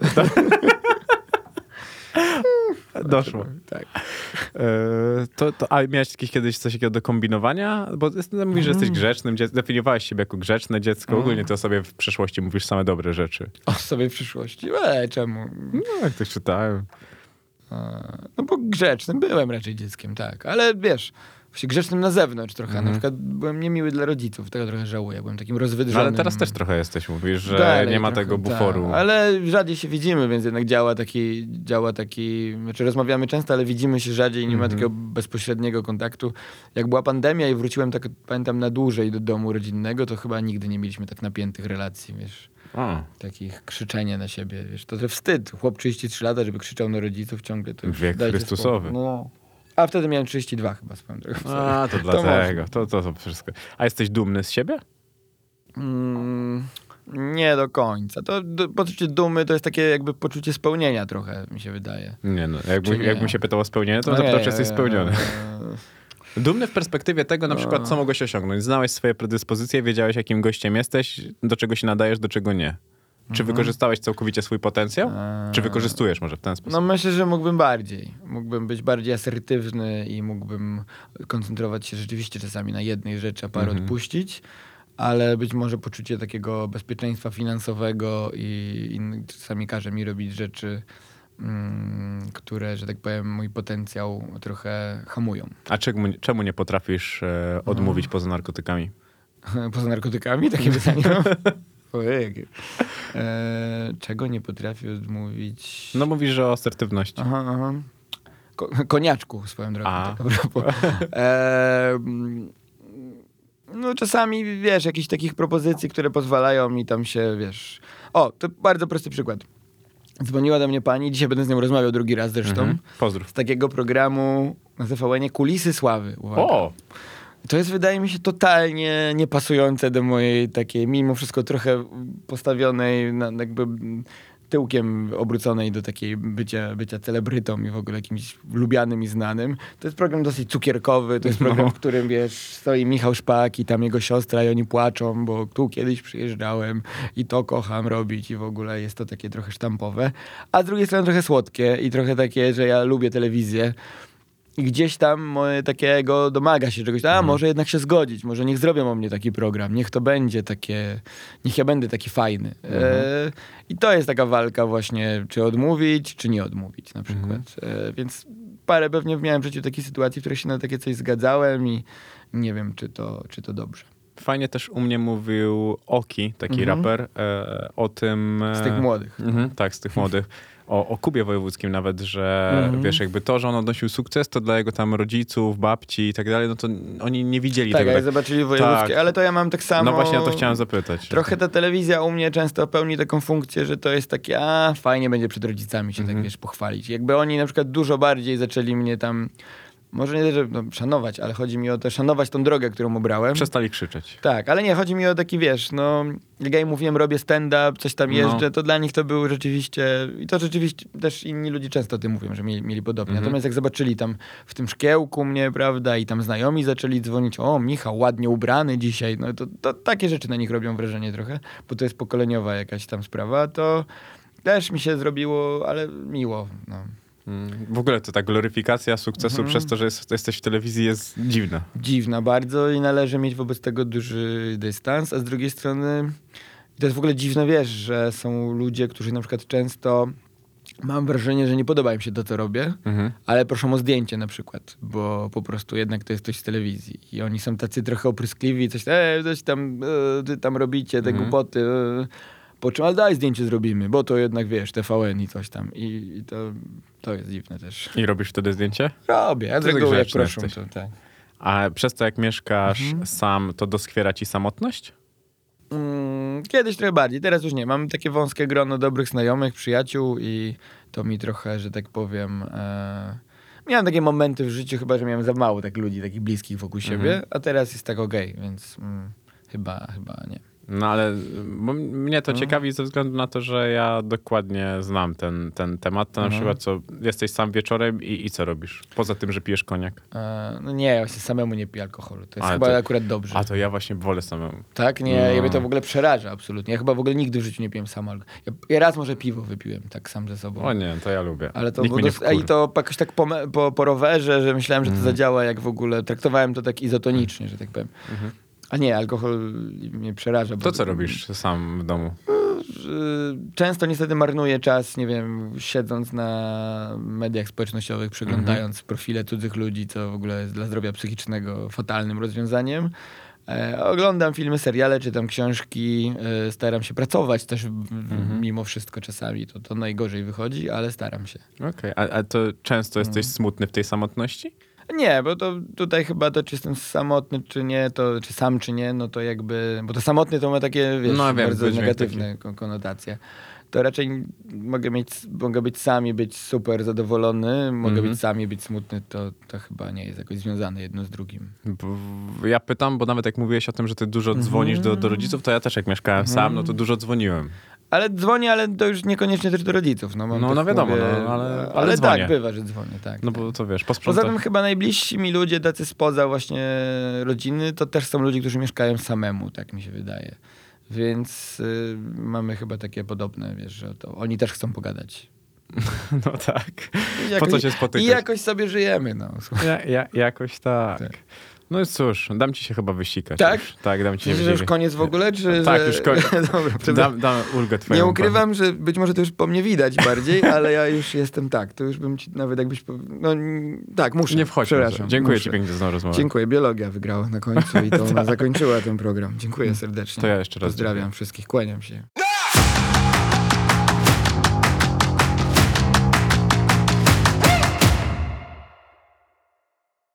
Doszło. Tak. E, to, to, a miałeś jakieś kiedyś coś takiego do kombinowania? Bo jest- no, mówisz, że jesteś grzecznym, dzie- definiowałeś siebie jako grzeczne dziecko. Ogólnie ty o sobie w przeszłości mówisz same dobre rzeczy. O sobie w przyszłości. E, czemu? No, jak to czytałem. A, No bo grzecznym byłem raczej dzieckiem, tak. Ale wiesz, właśnie grzecznym na zewnątrz trochę. Na przykład byłem niemiły dla rodziców, tego trochę żałuję. Byłem takim No, rozwydrzonym. ale teraz też trochę jesteś, mówisz, że Dalej nie ma trochę, tego buforu. Tak. Ale rzadziej się widzimy, więc jednak działa taki, działa taki, znaczy rozmawiamy często, ale widzimy się rzadziej, nie ma takiego bezpośredniego kontaktu. Jak była pandemia i wróciłem tak, pamiętam, na dłużej do domu rodzinnego, to chyba nigdy nie mieliśmy tak napiętych relacji, wiesz. A, Takich krzyczenia na siebie, wiesz. To, to wstyd. Chłop trzydzieści trzy lata, żeby krzyczał na rodziców ciągle. To już Wiek dajcie Chrystusowy. spokój. No. A wtedy miałem trzydzieści dwa chyba, swoją drogą. a to dlatego. To, to, to wszystko. A jesteś dumny z siebie? Mm, nie do końca. To do, poczucie dumy to jest takie jakby poczucie spełnienia trochę, mi się wydaje. Nie no, Czy jakby, nie? jakbym się pytał o spełnienie, to No zapytał, nie, czy jesteś nie, spełniony. nie. Dumny w perspektywie tego na przykład, co mogłeś osiągnąć. Znałeś swoje predyspozycje, wiedziałeś, jakim gościem jesteś, do czego się nadajesz, do czego nie. Czy wykorzystałeś całkowicie swój potencjał? Czy wykorzystujesz może w ten sposób? No myślę, że mógłbym bardziej. Mógłbym być bardziej asertywny i mógłbym koncentrować się rzeczywiście czasami na jednej rzeczy, a parę Mhm. odpuścić. Ale być może poczucie takiego bezpieczeństwa finansowego i, i czasami każe mi robić rzeczy, mm, które, że tak powiem, mój potencjał trochę hamują. A czemu, czemu nie potrafisz e, odmówić poza narkotykami? Poza narkotykami? Takie pytanie mam? Ojej, jakie- e, czego nie potrafię odmówić? No mówisz, że o asertywności. Aha, aha. Ko- koniaczku swoją drogą. A. Tak a propos. E, mm, no czasami, wiesz, jakichś takich propozycji, które pozwalają mi tam się, wiesz... O, to bardzo prosty przykład. Dzwoniła do mnie pani, dzisiaj będę z nią rozmawiał drugi raz zresztą, Mhm. Pozdrów. z takiego programu na T V N-ie Kulisy Sławy. Uwaga. O! To jest, wydaje mi się, totalnie niepasujące do mojej takiej, mimo wszystko trochę postawionej, na, jakby tyłkiem obróconej do takiej bycia, bycia celebrytą i w ogóle jakimś lubianym i znanym. To jest program dosyć cukierkowy, to jest program, No. w którym, wiesz, stoi Michał Szpak i tam jego siostra i oni płaczą, bo tu kiedyś przyjeżdżałem i to kocham robić i w ogóle jest to takie trochę sztampowe. A z drugiej strony trochę słodkie i trochę takie, że ja lubię telewizję. I gdzieś tam moje takiego domaga się czegoś. A może jednak się zgodzić, może niech zrobią o mnie taki program, niech to będzie takie, niech ja będę taki fajny. E, I to jest taka walka właśnie, czy odmówić, czy nie odmówić na przykład. E, więc parę pewnie miałem w życiu takich sytuacji, w których się na takie coś zgadzałem i nie wiem, czy to, czy to dobrze. Fajnie też u mnie mówił Oki, taki Mhm. raper, e, o tym... E, Z tych młodych. Mhm, tak, z tych młodych. O, o Kubie Wojewódzkim nawet, że Mhm. wiesz, jakby to, że on odnosił sukces, to dla jego tam rodziców, babci i tak dalej, no to oni nie widzieli Tak, tego. jak Tak. zobaczyli wojewódzkie, Tak. ale to ja mam tak samo. No właśnie o to chciałem zapytać. Trochę ta telewizja u mnie często pełni taką funkcję, że to jest takie, a fajnie będzie przed rodzicami się Mhm. tak, wiesz, pochwalić. Jakby oni na przykład dużo bardziej zaczęli mnie tam, może nie, że no, szanować, ale chodzi mi o to, szanować tą drogę, którą obrałem. Przestali krzyczeć. Tak, ale nie, chodzi mi o taki, wiesz, no, jak ja im mówiłem, robię stand-up, coś tam No. jeżdżę, to dla nich to był rzeczywiście, i to rzeczywiście też inni ludzie często o tym mówią, że mieli, mieli podobnie. Mhm. Natomiast jak zobaczyli tam w tym szkiełku mnie, prawda, i tam znajomi zaczęli dzwonić, o, Michał, ładnie ubrany dzisiaj, no to, to takie rzeczy na nich robią wrażenie trochę, bo to jest pokoleniowa jakaś tam sprawa, to też mi się zrobiło, ale miło, no. W ogóle to ta gloryfikacja sukcesu Mhm. przez to, że jest, jesteś w telewizji jest dziwna. Dziwna bardzo i należy mieć wobec tego duży dystans, a z drugiej strony to jest w ogóle dziwne, wiesz, że są ludzie, którzy na przykład często, mam wrażenie, że nie podoba im się to, co robię, Mhm. ale proszą o zdjęcie na przykład, bo po prostu jednak to jest ktoś z telewizji i oni są tacy trochę opryskliwi i coś, e, coś tam, e, ty tam robicie, te Mhm. głupoty, e. Po czym, ale daj zdjęcie zrobimy, bo to jednak, wiesz, T V N i coś tam i, i to, to jest dziwne też. I robisz wtedy zdjęcie? Robię, ja Ty tego tak jak grzeczny proszą, jesteś. to tak. A przez to, jak mieszkasz Mhm. sam, to doskwiera ci samotność? Mm, kiedyś trochę bardziej, teraz już nie. Mam takie wąskie grono dobrych znajomych, przyjaciół i to mi trochę, że tak powiem... E... Miałem takie momenty w życiu, chyba, że miałem za mało tak ludzi, takich bliskich wokół siebie, Mhm. a teraz jest tak okej, więc mm, chyba, chyba nie. No ale bo mnie to Mhm. ciekawi ze względu na to, że ja dokładnie znam ten, ten temat. To na Mhm. przykład co, jesteś sam wieczorem i, i co robisz? Poza tym, że pijesz koniak. E, no nie, właśnie samemu nie piję alkoholu. To jest Ale chyba to- akurat dobrze. A to ja właśnie wolę samemu. Tak? Nie, No. ja mnie to w ogóle przeraża absolutnie. Ja chyba w ogóle nigdy w życiu nie piłem sam alkohol. Ja, ja raz może piwo wypiłem tak sam ze sobą. O nie, to ja lubię. Ale to, Nikt bo mnie nie dos- a i wkur... to jakoś tak po, me- po, po rowerze, że myślałem, że to Mhm. zadziała jak w ogóle, traktowałem to tak izotonicznie, że tak powiem. Mhm. A nie, alkohol mnie przeraża. Bo To co robisz sam w domu? y, Często niestety marnuję czas, nie wiem, siedząc na mediach społecznościowych, przeglądając profile cudzych ludzi, co w ogóle jest dla zdrowia psychicznego fatalnym rozwiązaniem. E, oglądam filmy, seriale, czytam książki, e, staram się pracować też w, w, mimo wszystko czasami. To, to najgorzej wychodzi, ale staram się. Okej, a, a to często Mhm. jesteś smutny w tej samotności? Nie, bo to tutaj chyba to, czy jestem samotny, czy nie, to czy sam, czy nie, no to jakby, bo to samotny to ma takie, wiesz, No, wiem, bardzo wydźwięk negatywne kon- konotacje. To raczej mogę mieć, mogę być sam i być super zadowolony, mogę Mhm. być sam i być smutny, to, to chyba nie jest jakoś związane jedno z drugim. Bo ja pytam, bo nawet jak mówiłeś o tym, że ty dużo Mhm. dzwonisz do, do rodziców, to ja też jak mieszkałem sam, no to dużo dzwoniłem. Ale dzwonię, ale to już niekoniecznie też do rodziców. No, mam No, tak no wiadomo, mówię, no, ale- ale ale dzwonię. tak, bywa, że dzwonię, tak. No bo to wiesz, Poza posprzątać. tym chyba najbliżsi mi ludzie, tacy spoza właśnie rodziny, to też są ludzie, którzy mieszkają samemu, tak mi się wydaje. Więc y, mamy chyba takie podobne, wiesz, że to oni też chcą pogadać. No tak. I Po jakoś, co się spotykać? I jakoś sobie żyjemy, no. słuchaj. Ja, ja, jakoś tak. Tak. No i cóż, dam ci się chyba wysikać. Tak? Już. Tak, dam ci się Myślisz, że już wysikać. koniec w ogóle, czy Tak, że... już koniec. Dobra, przepraszam. Dam, dam ulgę twoją. Nie ukrywam, że być może to już po mnie widać bardziej, ale ja już jestem tak. To już bym ci nawet jakbyś... po- No n- tak, muszę. Nie wchodź. Przepraszam. Dziękuję muszę. ci pięknie za tą rozmowę. Dziękuję. Biologia wygrała na końcu i to ona zakończyła ten program. Dziękuję serdecznie. To ja jeszcze raz Pozdrawiam dziękuję. wszystkich. Kłaniam się.